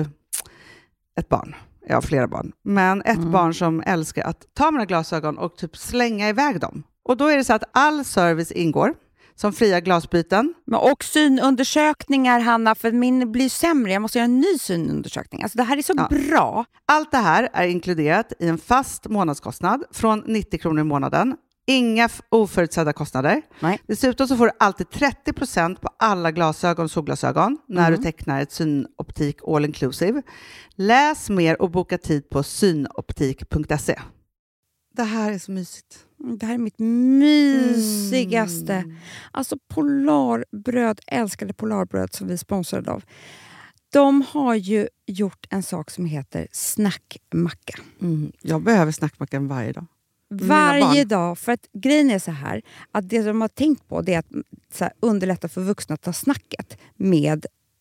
ett barn. Jag har flera barn. Men ett mm. barn som älskar att ta mina glasögon och typ slänga iväg dem. Och då är det så att all service ingår. Som fria glasbyten. Men och synundersökningar, Hanna, för min blir sämre. Jag måste göra en ny synundersökning. Alltså det här är så ja. bra. Allt det här är inkluderat i en fast månadskostnad från nittio kronor i månaden. Inga oförutsedda kostnader. Nej. Dessutom så får du alltid trettio procent på alla glasögon och solglasögon när mm. du tecknar ett Synoptik All Inclusive. Läs mer och boka tid på synoptik punkt se. Det här är så mysigt. Det här är mitt mysigaste. Mm. Alltså Polarbröd, älskade Polarbröd som vi sponsrade av. De har ju gjort en sak som heter snackmacka. Mm. Jag behöver snackmackan varje dag. Varje dag. För att grejen är så här. Att det de har tänkt på det är att så här, underlätta för vuxna att ta snacket med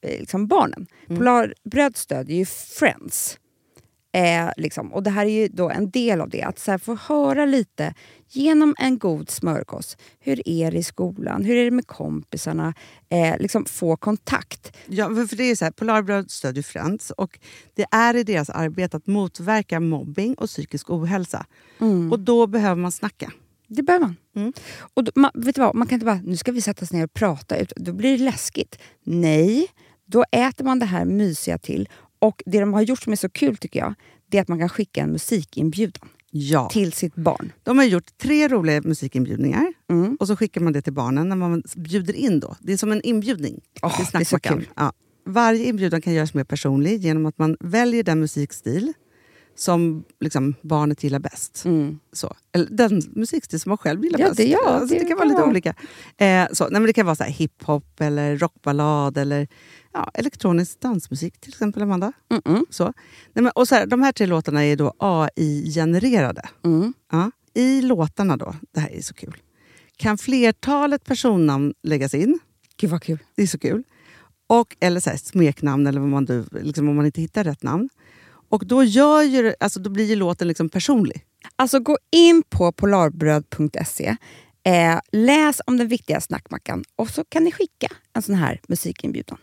liksom barnen. Mm. Polarbröd stödjer ju Friends. Eh, liksom. Och det här är ju då en del av det. Att så här, få höra lite genom en god smörgås. Hur är det i skolan? Hur är det med kompisarna? Eh, liksom få kontakt. Ja, för det är så här, Polarbröd stödjer Friends. Och det är i deras arbete att motverka mobbing och psykisk ohälsa. Mm. Och då behöver man snacka. Det behöver man. Mm. Och då, man, vet du vad, man kan inte bara, nu ska vi sätta oss ner och prata ut. Då blir det läskigt. Nej, då äter man det här mysiga till. Och det de har gjort som är så kul tycker jag, det är att man kan skicka en musikinbjudan ja. till sitt barn. De har gjort tre roliga musikinbjudningar mm. och så skickar man det till barnen när man bjuder in då. Det är som en inbjudning. Oh, det är så kul. Ja. Varje inbjudan kan göras mer personlig genom att man väljer den musikstil som liksom barnet gillar bäst. Mm. Så. Eller den musikstil som man själv gillar ja, bäst. Det, ja, alltså, det, det kan vara lite olika. Eh, så. Nej, men det kan vara så här hiphop eller rockballad eller ja, elektronisk dansmusik till exempel, Amanda. Mm-mm. Så. Nej, men, och så här, de här tre låtarna är då A I-genererade. Mm. Ja. I låtarna då, det här är så kul, kan flertalet personnamn läggas in. Gud vad kul. Det är så kul. Och, eller så här, smeknamn eller vad man, du, liksom, om man inte hittar rätt namn. Och då, gör ju, alltså, då blir ju låten liksom personlig. Alltså gå in på polarbröd punkt se. Eh, läs om den viktiga snackmackan. Och så kan ni skicka en sån här musikinbjudan.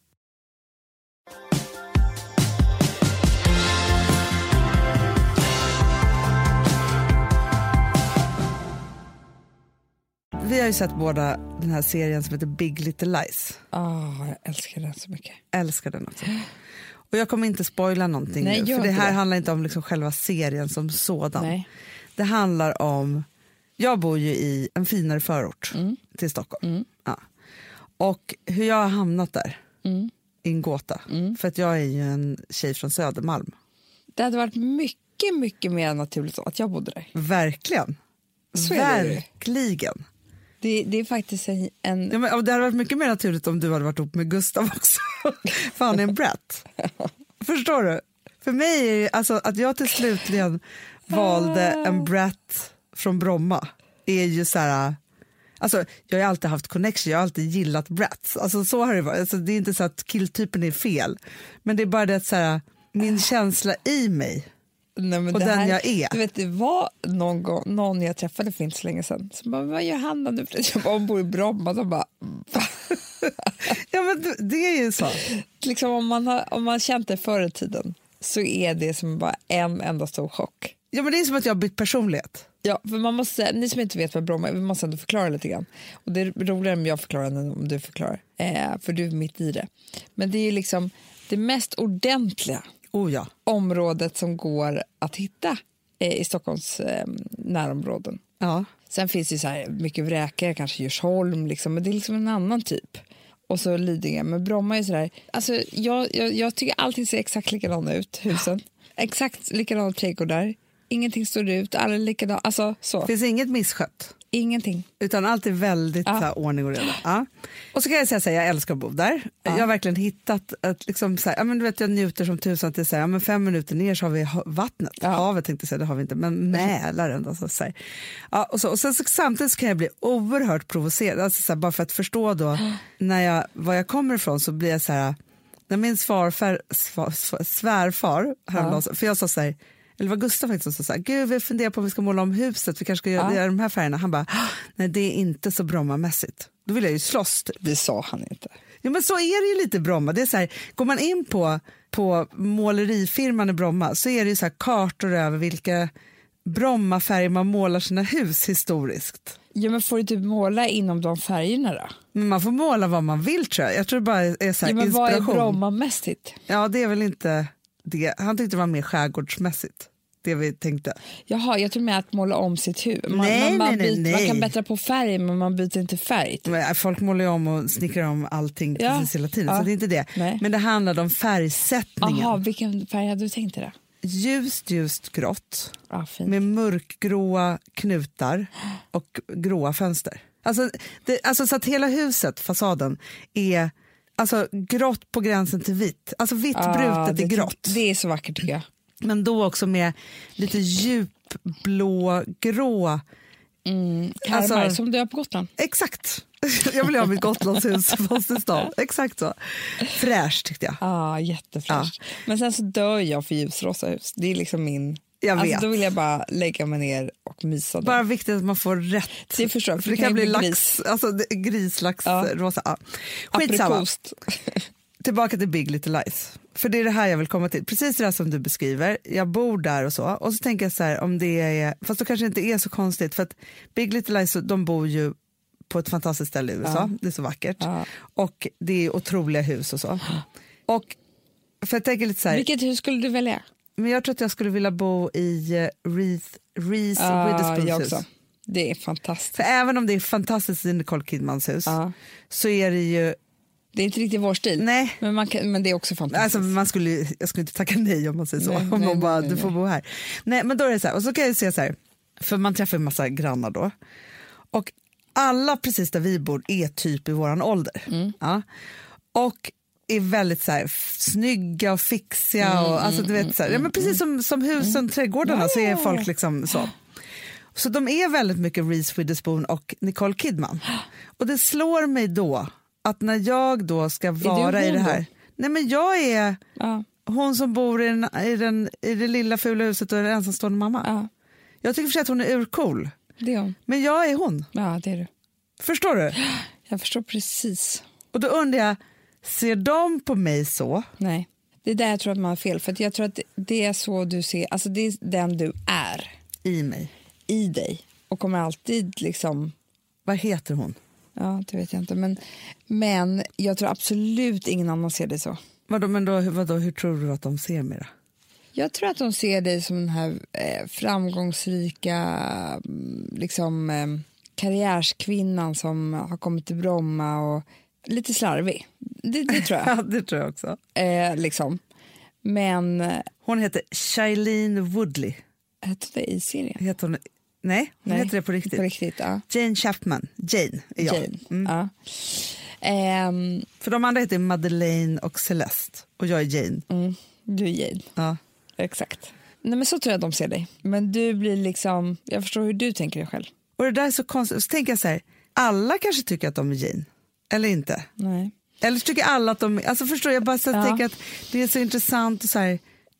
Vi har ju sett båda den här serien som heter Big Little Lies. Oh, jag älskar den så mycket. Älskar den också. Och jag kommer inte spoila någonting. Nej, nu, för det här det. handlar inte om liksom själva serien som sådan. Nej. Det handlar om... Jag bor ju i en finare förort mm. till Stockholm. Mm. Ja. Och hur jag har hamnat där mm. i en gåta. Mm. För att jag är ju en tjej från Södermalm. Det hade varit mycket, mycket mer naturligt att jag bodde där. Verkligen. Så Verkligen. Det, det är faktiskt en... en... Ja, men det hade varit mycket mer naturligt om du hade varit ihop med Gustav också. För han är en brat. Förstår du? För mig är det, alltså, att jag till slutligen valde en brat från Bromma är ju så här... Alltså, jag har alltid haft connection, jag har alltid gillat brats. Alltså, så har det varit. Alltså, det är inte så att killtypen är fel. Men det är bara det att så här, min känsla i mig... Nej, men och det den här, jag är. Du vet, det var någon gång, någon jag träffade för inte så länge sedan som bara, vad gör han nu? Jag bara, hon bor i Bromma. De bara, ja, men det är ju så. Liksom, om man har om man känt det förr i tiden så är det som bara en enda stor chock. Ja, men det är som att jag har bytt personlighet. Ja, för man måste, ni som inte vet vad Bromma är, vi måste ändå förklara lite grann. Och det är roligare om jag förklarar än om du förklarar. Eh, för du är mitt i det. Men det är liksom det mest ordentliga oh, ja. området som går att hitta eh, i Stockholms eh, närområden. Ja. Sen finns det så här mycket vräkare, kanske Djursholm, liksom, men det är liksom en annan typ. Och så Lidingö, men Bromma är så där. Alltså, jag, jag, jag tycker allting ser exakt likadana ut, husen. Exakt likadana trädgårdar. Ingenting står ut, alla är likadana. Alltså, så. Det finns inget misskött. Ingenting. Utan allt är väldigt ja. så här, ordning och reda. Ja. Och så kan jag säga att jag älskar att bo där. Ja. Jag har verkligen hittat att liksom, så här, ja, men du vet, jag njuter som tusan till så här, ja, men fem minuter ner så har vi vattnet. Ja. Havet tänkte jag säga, det har vi inte, men Mälaren. Alltså, så här. Ja, och så, och sen så, samtidigt så kan jag bli oerhört provocerad. Alltså, så här, bara för att förstå då när jag, var jag kommer ifrån så blir jag så här, när min svarfar, svär, svärfar häromdagen, ja. För jag sa så här, eller var Gustav faktiskt som sa, gud vi funderar på om vi ska måla om huset, vi kanske ska göra, ja. göra de här färgerna. Han bara, nej det är inte så Bromma-mässigt. Då vill jag ju slåss. Typ. Det sa han inte. Ja, men så är det ju lite Bromma. Det är så här, går man in på, på målerifirman i Bromma så är det ju så här kartor över vilka Bromma-färger man målar sina hus historiskt. Ja, men får du typ måla inom de färgerna då? Men man får måla vad man vill, tror jag. Jag tror det bara är så här, ja, men inspiration. Vad är Bromma-mässigt? Ja, det är väl inte det. Han tyckte det var mer skärgårdsmässigt. Det vi tänkte. Jaha, jag tror med att måla om sitt hus. Man, nej, man, man, nej, byter, nej. man kan bättra på färg, men man byter inte färg. Men folk målar om och snickrar om allting ja. precis hela tiden, ja. så det är inte det. Nej. Men det handlade om färgsättningen. Jaha, vilken färg hade du tänkt dig då? Ljust, ljust grått. Ah, med mörkgråa knutar och gråa fönster. Alltså, det, alltså så att hela huset, fasaden, är alltså grått på gränsen till vitt. Alltså vitt ah, brutet det, i grått. Det är så vackert tycker jag. Men då också med lite djupblå, grå... Mm, karmar, alltså, som du har på Gotland. Exakt. Jag vill ha mitt Gotlandshus fast i stan. Exakt så. Fräscht tyckte jag. Ja, ah, jättefräscht. Ja. Men sen så dör jag för ljusrosa hus. Det är liksom min... Jag vet. Alltså, då vill jag bara lägga mig ner och mysa. Bara viktigt att man får rätt. Det förstår, för det kan, kan bli lax, gris. Alltså grislax, ja. rosa. Ja. Skitsamma. Tillbaka till Big Little Lies. För det är det här jag vill komma till. Precis det där som du beskriver. Jag bor där och så. Och så tänker jag så här, om det är... Fast det kanske inte är så konstigt. För att Big Little Lies, de bor ju på ett fantastiskt ställe i U S A. Ja. Det är så vackert. Ja. Och det är otroliga hus och så. Och för jag tänker lite så här... Vilket hus skulle du välja? Men jag tror att jag skulle vilja bo i Reese, Reese ah, Witherspoons hus. Det är fantastiskt. För även om det är fantastiskt i Nicole Kidmans hus ah. så är det ju... Det är inte riktigt vår stil. Nej. Men, man kan, men det är också fantastiskt. Alltså man skulle, jag skulle inte tacka nej om man säger så. Nej, om nej, någon bara, nej, du får nej. bo här. Nej, men då är det så här. Och så kan jag säga så här. För man träffar en massa grannar då. Och alla precis där vi bor är typ i våran ålder. Mm. Ja. Och är väldigt så här, snygga och fixiga. Mm, och, alltså, du vet, så här, ja, men precis som, som husen, mm. trädgårdarna ja, så är folk liksom så. Så de är väldigt mycket Reese Witherspoon och Nicole Kidman. Och det slår mig då att när jag då ska vara i det här... Då? Nej, men jag är ja. hon som bor i, den, i, den, i det lilla fula huset och är en ensamstående mamma. Ja. Jag tycker för sig att hon är urcool. Det är hon. Men jag är hon. Ja, det är du. Förstår du? Jag förstår precis. Och då undrar jag, ser de på mig så? Nej, det är där jag tror att man har fel. För att jag tror att det är så du ser, alltså det är den du är. I mig. I dig. Och kommer alltid liksom... Vad heter hon? Ja, det vet jag inte. Men, men jag tror absolut ingen annan ser dig så. Vadå, men då, vadå, hur tror du att de ser mig då? Jag tror att de ser dig som den här eh, framgångsrika liksom, eh, karriärskvinnan som har kommit till Bromma och lite slarvig. Det, det tror jag. Ja, det tror jag också. Eh, liksom. Men... Hon heter Shailene Woodley. Heter det i serien? Heter hon... Nej, hon Nej, heter det på riktigt. På riktigt ja. Jane Chapman. Jane är jag. Jane, mm. ja. Um, För de andra heter Madeleine och Celeste. Och jag är Jane. Mm, du är Jane. Ja. Exakt. Nej, men så tror jag att de ser dig. Men du blir liksom... Jag förstår hur du tänker dig själv. Och det där är så konstigt. Så tänker jag så här, alla kanske tycker att de är Jane. Eller inte. Nej. Eller tycker alla att de... Alltså förstår jag bara så ja. tänker att det är så intressant att så här,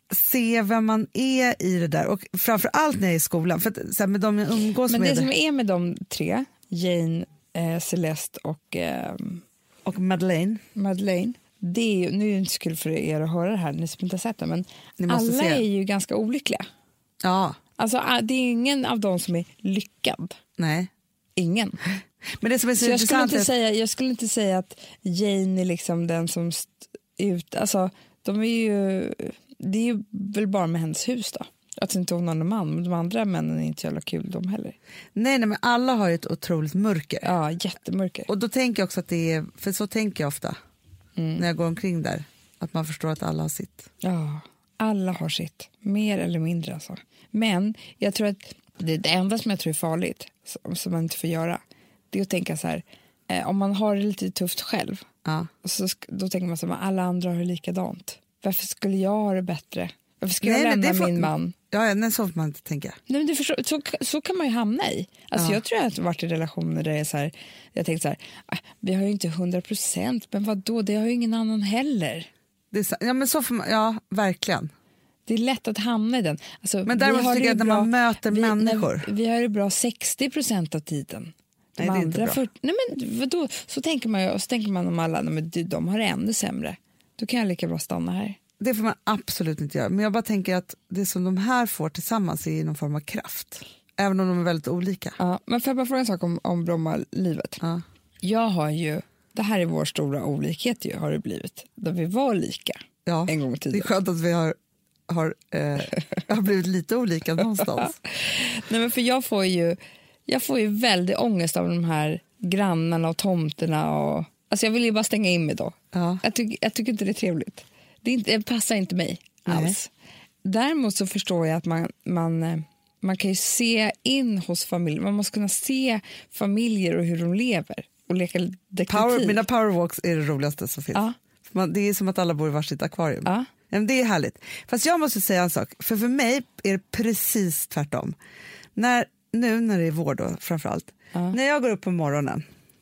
se vem man är i det där. Och framför allt när jag är i skolan. För att, så här, med dem jag umgås men med... Men det som är med de tre, Jane, eh, Celeste och... Eh, och Madeleine. Madeleine. Det är ju, nu är det inte skulle för er att höra det här, ni som inte har sett det, men alla se. är ju ganska olyckliga. Ja. Alltså det är ingen av dem som är lyckad. Nej. Ingen. Men det som är så, så jag, skulle inte att... säga, jag skulle inte säga att Jane är liksom den som st- ut, alltså de är ju, det är ju väl bara med hennes hus då. Att inte hon har någon man, men de andra männen är inte så jävla kul de heller. Nej, nej, men alla har ju ett otroligt mörker. Ja, jättemörker. Och då tänker jag också att det är, för så tänker jag ofta mm. när jag går omkring där, att man förstår att alla har sitt. Ja, alla har sitt, mer eller mindre alltså. Men jag tror att det, det enda som jag tror är farligt, som, som man inte får göra, det är att tänka så här, eh, om man har det lite tufft själv, ja. så, då tänker man så här, alla andra har det likadant. Varför skulle jag ha det bättre? Varför ska nej, jag lämna får, min man? Ja, nej, så får man inte tänka. Nej, men du förstår, så, så kan man ju hamna i. Alltså, ja. Jag tror att jag har varit i relationer där det är så här, jag tänkte så här, vi har ju inte hundra procent, men vad då? Det har ju ingen annan heller. Det är så, ja, men så får man, ja, verkligen. Det är lätt att hamna i den. Alltså, men däremot tycker jag att när man möter vi, människor. När, vi har det bra sextio procent av tiden. De nej, det är andra inte bra. För, nej, men vadå? Så tänker man ju, och så tänker man om alla, nej, men de har det ännu sämre. Då kan jag lika bra stanna här. Det får man absolut inte göra. Men jag bara tänker att det som de här får tillsammans är någon form av kraft. Även om de är väldigt olika. Ja, men får jag bara fråga en sak om, om Bromma-livet? Ja. Jag har ju, det här är vår stora olikhet ju, har det blivit. Där vi var lika ja, en gång i tiden. Det är skönt att vi har, har, eh, har blivit lite olika någonstans. Nej, men för jag får ju, jag får ju väldigt ångest av de här grannarna och tomterna. Och, alltså jag vill ju bara stänga in mig då. Ja. Jag, tyck, jag tycker inte det är trevligt. Det, är inte, det passar inte mig alls. Nej. Däremot så förstår jag att man, man, man kan ju se in hos familjer. Man måste kunna se familjer och hur de lever. Och leka detektiv. Power, mina powerwalks är det roligaste som finns. Ja. Man, det är som att alla bor i varsitt akvarium. Ja. Men det är härligt. Fast jag måste säga en sak. För för mig är det precis tvärtom. När, nu när det är vår då, framförallt. Ja. När jag går upp på morgonen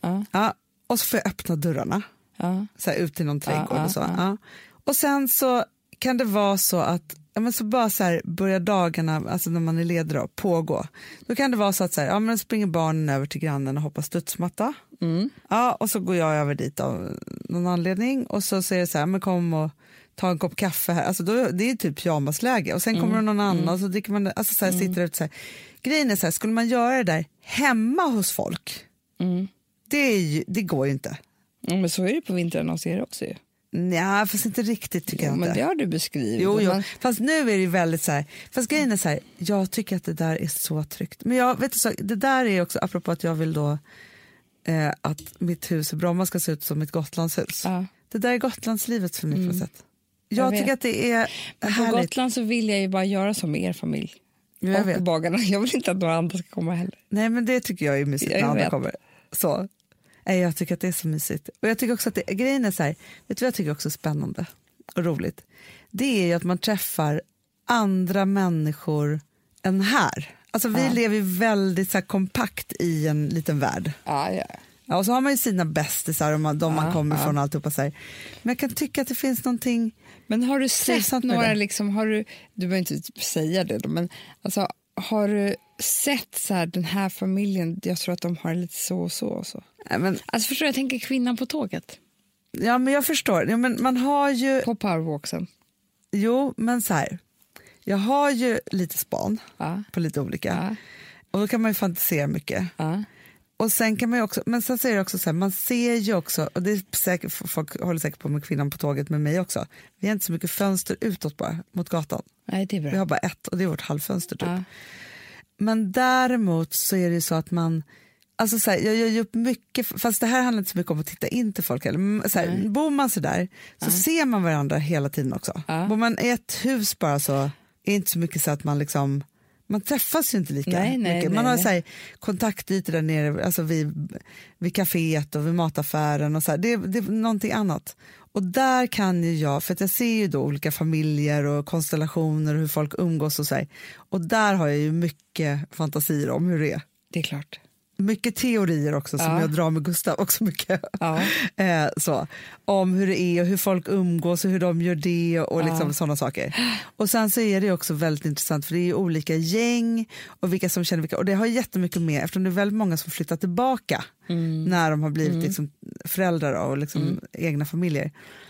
Ja. Ja, och så får jag öppna dörrarna. Ja. Så här, ut till någon trädgård Ja, och så. ja, Ja. Och sen så kan det vara så att ja, men så bara så här, börjar dagarna, alltså när man är ledig då, pågå. Då kan det vara så att så här, ja, men springer barnen över till grannen och hoppar studsmatta. Mm. Ja, och så går jag över dit av någon anledning och så säger det så här, men kom och ta en kopp kaffe här. Alltså då, det är typ pyjamasläge och sen kommer Mm. någon annan Mm. och så dricker man, alltså så här, sitter ute så här. Grejen är så här, skulle man göra det där hemma hos folk, Mm. det, är ju, det går ju inte. Ja, men så är det på vintern hos er också ju. Nej, fast inte riktigt tycker Ja, jag men inte. det har du beskrivit. Jo, jo. Man... Fast nu är det ju väldigt så här, fast grejen är så här, jag tycker att det där är så tryggt. Men jag vet du, så, det där är också, apropå att jag vill då eh, att mitt hus i Bromma ska se ut som ett Gotlandshus. Ja. Det där är Gotlandslivet för mig Mm. på något sätt. Jag Jag, vet. tycker att det är Men på härligt. Gotland så vill jag ju bara göra som er familj. Jag och vet. bagarna. Jag vill inte att några andra ska komma heller. Nej, men det tycker jag är mysigt Jag när andra vet. kommer. Så. Nej, jag tycker att det är så mysigt. Och jag tycker också att det, grejen är så här, vet du vad jag tycker också är spännande och roligt? Det är ju att man träffar andra människor än här. Alltså vi Ja. lever ju väldigt så här kompakt i en liten värld. Ja, ja. Ja, och så har man ju sina bästisar och man, de Ja, man kommer ja. ifrån och alltihopa så här. Men jag kan tycka att det finns någonting. Men har du sett Trivsamt med några, det. liksom, har du, du behöver inte säga det då, men alltså, har du sett så här, den här familjen, jag tror att de har lite så och så och så. Nej, men, Alltså förstår jag, tänker kvinnan på tåget, ja, men jag förstår. Ja, men man har ju, på powerwalksen. jo, men så här. Jag har ju lite span Ja, på lite olika. ja, Och då kan man ju fantisera mycket. ja. Och sen kan man ju också, men sen så är det också så här, man ser ju också, och det är säkert, folk håller säkert på med kvinnan på tåget med mig också. Vi har inte så mycket fönster utåt bara, mot gatan. Nej, det är Vi bra. har bara ett och det är vårt halvfönster typ. Ja. Men däremot så är det ju så att man, alltså så här, jag gör ju upp mycket, fast det här handlar inte så mycket om att titta in till folk heller. Men så här, bor man så där så ser man varandra hela tiden också. Ja. Bor man i ett hus bara så är det inte så mycket så att man liksom, man träffas ju inte lika Nej, nej, mycket. nej, Man har nej. så här, kontaktytor där nere, alltså vid, vid kaféet och vid mataffären och så här. Det, det är någonting annat. Och där kan ju jag, för att jag ser ju då olika familjer och konstellationer och hur folk umgås och så här. Och där har jag ju mycket fantasier om hur det är. Det är klart. Mycket teorier också som Ja. jag drar med Gustav också mycket. Ja. eh, så, om hur det är och hur folk umgås och hur de gör det och liksom Ja. sådana saker. Och sen så är det också väldigt intressant för det är ju olika gäng och vilka som känner vilka, och det har jättemycket med eftersom det är väldigt många som flyttar tillbaka Mm. när de har blivit liksom föräldrar och liksom Mm. egna familjer.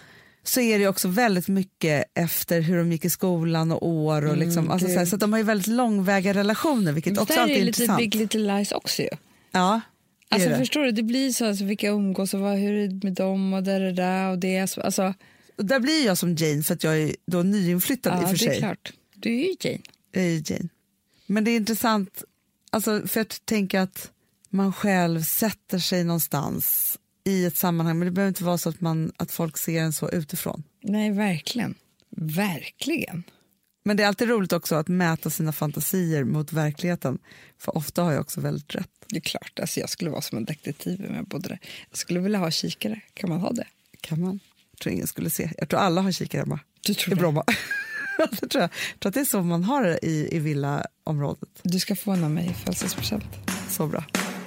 Så är det också väldigt mycket efter hur de gick i skolan och år och liksom, alltså gud. så, här, så att de har ju väldigt långväga relationer vilket Det också där alltid är är lite intressant. Big Little Lies också ju. Ja, det är Alltså det. förstår du, det blir så alltså, vilka umgås och vad, hur är det med dem och där och där och det. Så, alltså, Och där blir jag som Jane för att jag är då nyinflyttad ja, i och för det är sig. klart. Du är ju Jane. Jag är ju Jane. Men det är intressant, alltså, för jag tänker att man själv sätter sig någonstans i ett sammanhang, men det behöver inte vara så att, man, att folk ser en så utifrån. Nej, verkligen. Verkligen. Men det är alltid roligt också att mäta sina fantasier mot verkligheten, för ofta har jag också väldigt rätt. Det är klart, alltså, jag skulle vara som en detektiv om jag bodde där. Jag skulle vilja ha kikare, kan man ha det? Kan man? Jag tror ingen skulle se. Jag tror alla har kikare hemma Du tror i det? Bromma. det tror jag. jag tror att det är så man har det i, i villaområdet. Du ska få en av mig i födelsedagspresent. Så bra.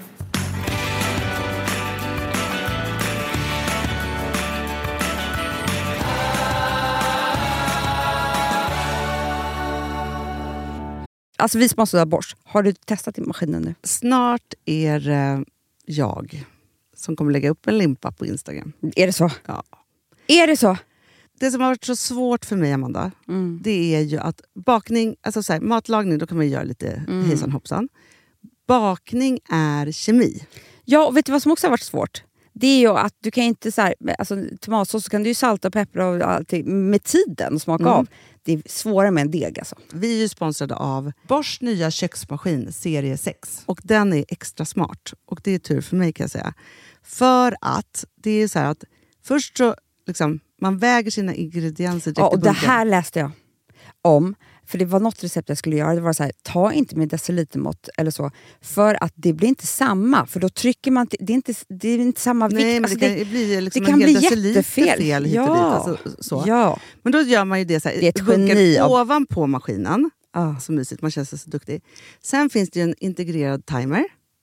Alltså vi som har sådär borst, har du testat i maskinen nu? Snart är det jag som kommer lägga upp en limpa på Instagram. Är det så? Ja. Är det så? Det som har varit så svårt för mig, Amanda, Mm. det är ju att bakning, alltså så här, matlagning, då kan man ju göra lite Mm. hejsan hoppsan. Bakning är kemi. Ja, och vet du vad som också har varit svårt? Det är ju att du kan inte så här, alltså tomatsås så kan du ju salta och peppra och allting med tiden och smaka Mm. av. Det är svårare med en deg alltså. Vi är ju sponsrade av Bosch nya köksmaskin serie sex. Och den är extra smart. Och det är tur för mig kan jag säga. För att det är så här att först så liksom, man väger sina ingredienser direkt Ja, i och det bunken. här läste jag om. För det var något recept jag skulle göra. Det var så här, ta inte med decilitermått eller så. För att det blir inte samma. För då trycker man... till- Det är inte, det är inte samma vikt. Nej, men Alltså, det kan bli liksom det kan en hel bli deciliter jättefel. fel hit och Ja. dit. Alltså, så. Ja. Men då gör man ju det så här, Det är ett bunkar geni av- ovanpå maskinen. Ja. Så mysigt, man känns så duktig. Sen finns det ju en integrerad timer.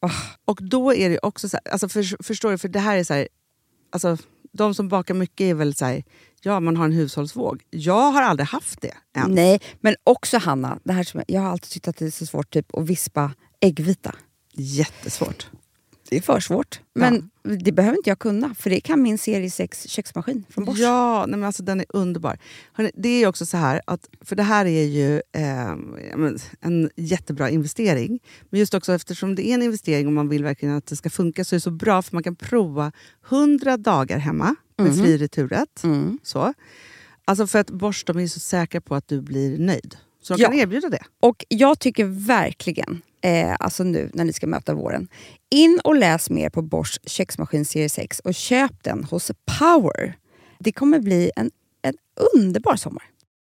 Oh. Och då är det också så här, alltså för, förstår du, för det här är så här, alltså de som bakar mycket är väl så här, ja man har en hushållsvåg. Jag har aldrig haft det än. Nej, men också Hanna, det här som jag, jag har alltid tyckt att det är så svårt typ att vispa äggvita. Jättesvårt. Det är för svårt. Men ja. Det behöver inte jag kunna. För det kan min serie sex köksmaskin från Bosch. Ja, nej men alltså den är underbar. Hörrni, det är också så här, att, för det här är ju eh, en jättebra investering. Men just också eftersom det är en investering och man vill verkligen att det ska funka, så är det så bra för man kan prova hundra dagar hemma med mm. fri returrätt. Mm. Så. Alltså för att Bosch, de är så säkra på att du blir nöjd. Så de ja. kan erbjuda det. Och jag tycker verkligen, eh, alltså nu när ni ska möta våren, in och läs mer på Bosch köksmaskin serie sex och köp den hos Power. Det kommer bli en, en underbar sommar.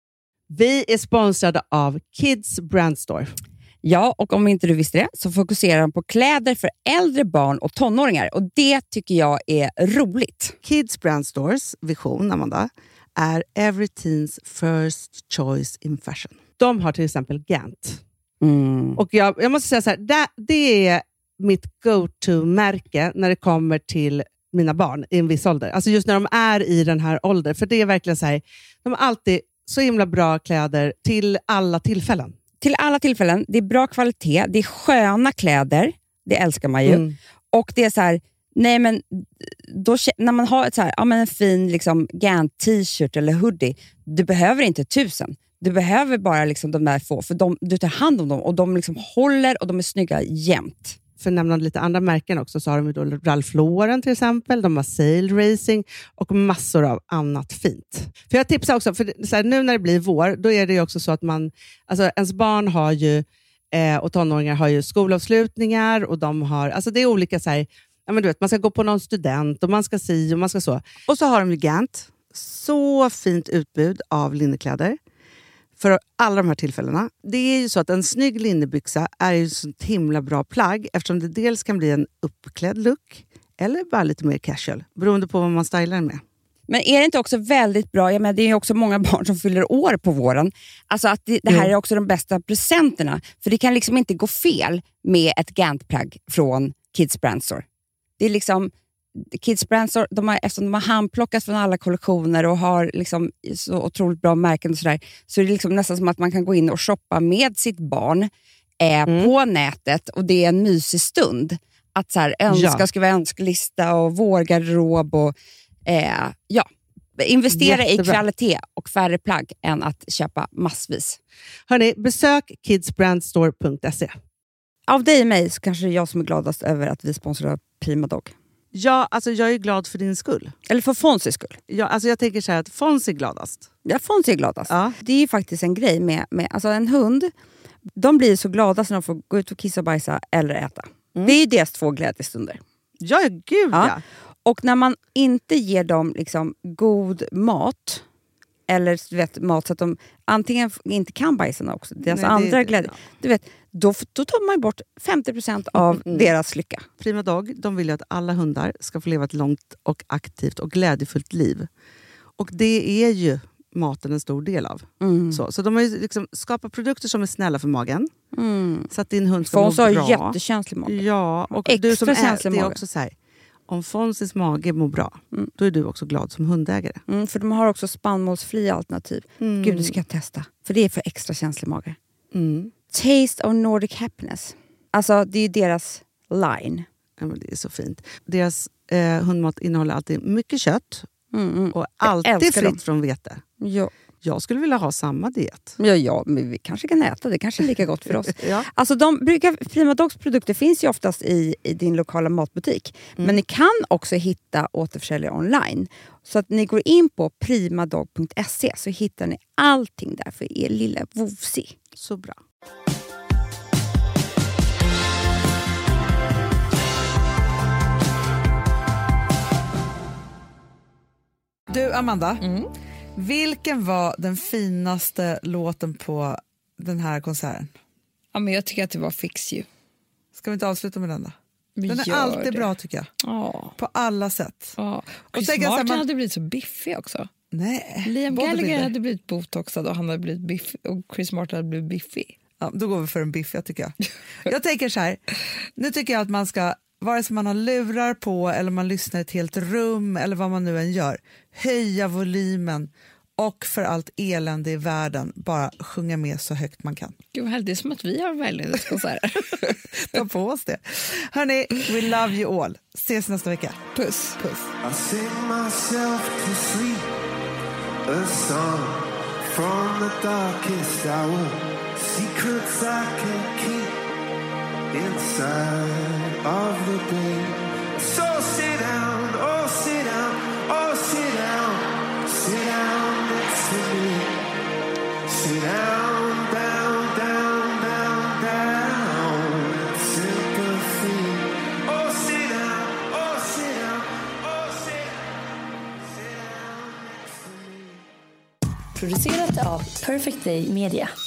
Vi är sponsrade av Kids Brand Store. Ja, och om inte du visste det så fokuserar de på kläder för äldre barn och tonåringar. Och det tycker jag är roligt. Kids Brand Stores vision, Amanda, är every teens first choice in fashion. De har till exempel Gant. Mm. Och jag, jag måste säga så här, det, det är mitt go-to-märke när det kommer till mina barn i en viss ålder. Alltså just när de är i den här åldern. För det är verkligen så här, de har alltid så himla bra kläder till alla tillfällen. Till alla tillfällen. Det är bra kvalitet. Det är sköna kläder. Det älskar man ju. Mm. Och det är så här, nej men då, när man har ett så här, ja, men en fin liksom, Gant t-shirt eller hoodie, du behöver inte tusen. Du behöver bara liksom de där få, för de, du tar hand om dem och de liksom håller och de är snygga jämt. För nämna lite andra märken också, så har de ju då Ralph Lauren till exempel, de har Sail Racing och massor av annat fint. För jag tipsar också, för så här, nu när det blir vår, då är det ju också så att man, alltså ens barn har ju, eh, och tonåringar har ju skolavslutningar och de har, alltså det är olika så här, ja men du vet, man ska gå på någon student och man ska si och man ska så. Och så har de ju Gant, så fint utbud av linnekläder. För alla de här tillfällena. Det är ju så att en snygg linnebyxa är ju så himla bra plagg, eftersom det dels kan bli en uppklädd look eller bara lite mer casual, beroende på vad man stylar med. Men är det inte också väldigt bra, jag menar, det är ju också många barn som fyller år på våren, alltså att det, det här mm. är också de bästa presenterna, för det kan liksom inte gå fel med ett Gant-plagg från Kids Brand Store. Det är liksom Kids Brand Store, de har, eftersom de har handplockat från alla kollektioner och har liksom så otroligt bra märken och sådär, så är det liksom nästan som att man kan gå in och shoppa med sitt barn eh, mm. på nätet, och det är en mysig stund att så här, önska, ja. skriva önskelista och vårgarderob och eh, ja, investera Jättebra. i kvalitet och färre plagg än att köpa massvis. Hörrni, besök kids brand store punkt se. Av dig och mig så kanske det är jag som är gladast över att vi sponsrar Prima Dog. Ja, alltså jag är glad för din skull. Eller för Fonzys skull. Ja, alltså jag tänker så här att Fonzie är gladast. Ja, Fonzie är gladast. Ja. Det är ju faktiskt en grej med, med alltså en hund. De blir så glada när de får gå ut och kissa och bajsa eller äta. Mm. Det är ju deras två glädjestunder. Ja, gud ja. ja. Och när man inte ger dem liksom god mat, eller du vet, mat så att de antingen inte kan bajsa också, deras Nej, andra det, glädje, ja. du vet, då, då tar man bort femtio procent av mm. deras lycka. Prima Dog, de vill ju att alla hundar ska få leva ett långt och aktivt och glädjefullt liv. Och det är ju maten en stor del av. Mm. Så, så de har ju liksom skapat produkter som är snälla för magen. Mm. Så att din hund ska Fonzie må bra. Fonzie har jättekänslig mage. Ja, och Extra du som är, det är också så här, om Fonzies mage mår bra, mm. då är du också glad som hundägare. Mm, för de har också spannmålsfria alternativ. Mm. Gud, det ska jag testa. För det är för extra känslig mage. Mm. Taste of Nordic Happiness. Alltså, det är ju deras line. Ja, men det är så fint. Deras eh, hundmat innehåller alltid mycket kött. Mm. Och alltid fritt dem. från vete. Ja. Jag skulle vilja ha samma diet. Ja, ja, men vi kanske kan äta. Det kanske är lika gott för oss. ja. Alltså, de brukar, Prima Dogs produkter finns ju oftast i, i din lokala matbutik. Mm. Men ni kan också hitta återförsäljare online. Så att ni går in på primadog punkt se så hittar ni allting där för er lilla vovsi. Så bra. Du, Amanda. Mm. Vilken var den finaste låten på den här konserten? Ja, men jag tycker att det var Fix You. Ska vi inte avsluta med den då? Vi den är alltid det. bra tycker jag. Ja. På alla sätt. Ja. Och Chris tänk, Martin man... hade blivit så biffig också. Nej. Liam Gallagher hade blivit botoxad och han hade blivit biffig. Och Chris Martin hade blivit biffig. Ja, då går vi för en biffiga tycker jag. Jag tänker så här, nu tycker jag att man ska, vare sig man har lurar på eller man lyssnar i ett helt rum eller vad man nu än gör, höja volymen och för allt elände i världen bara sjunga med så högt man kan. Gud, det är som att vi har välgörenhetskonserter. Ta på oss det. Hörrni, we love you all. Ses nästa vecka. Puss. Puss. I sing myself to sleep, a song from the darkest hour, secrets I can keep inside of the day. So sit down, oh sit down, oh sit down, sit down next to me, sit down, down, down, down, down, sympathy. Oh sit down, oh sit down, oh sit down, sit down next to me. Producerat av Perfect Day Media.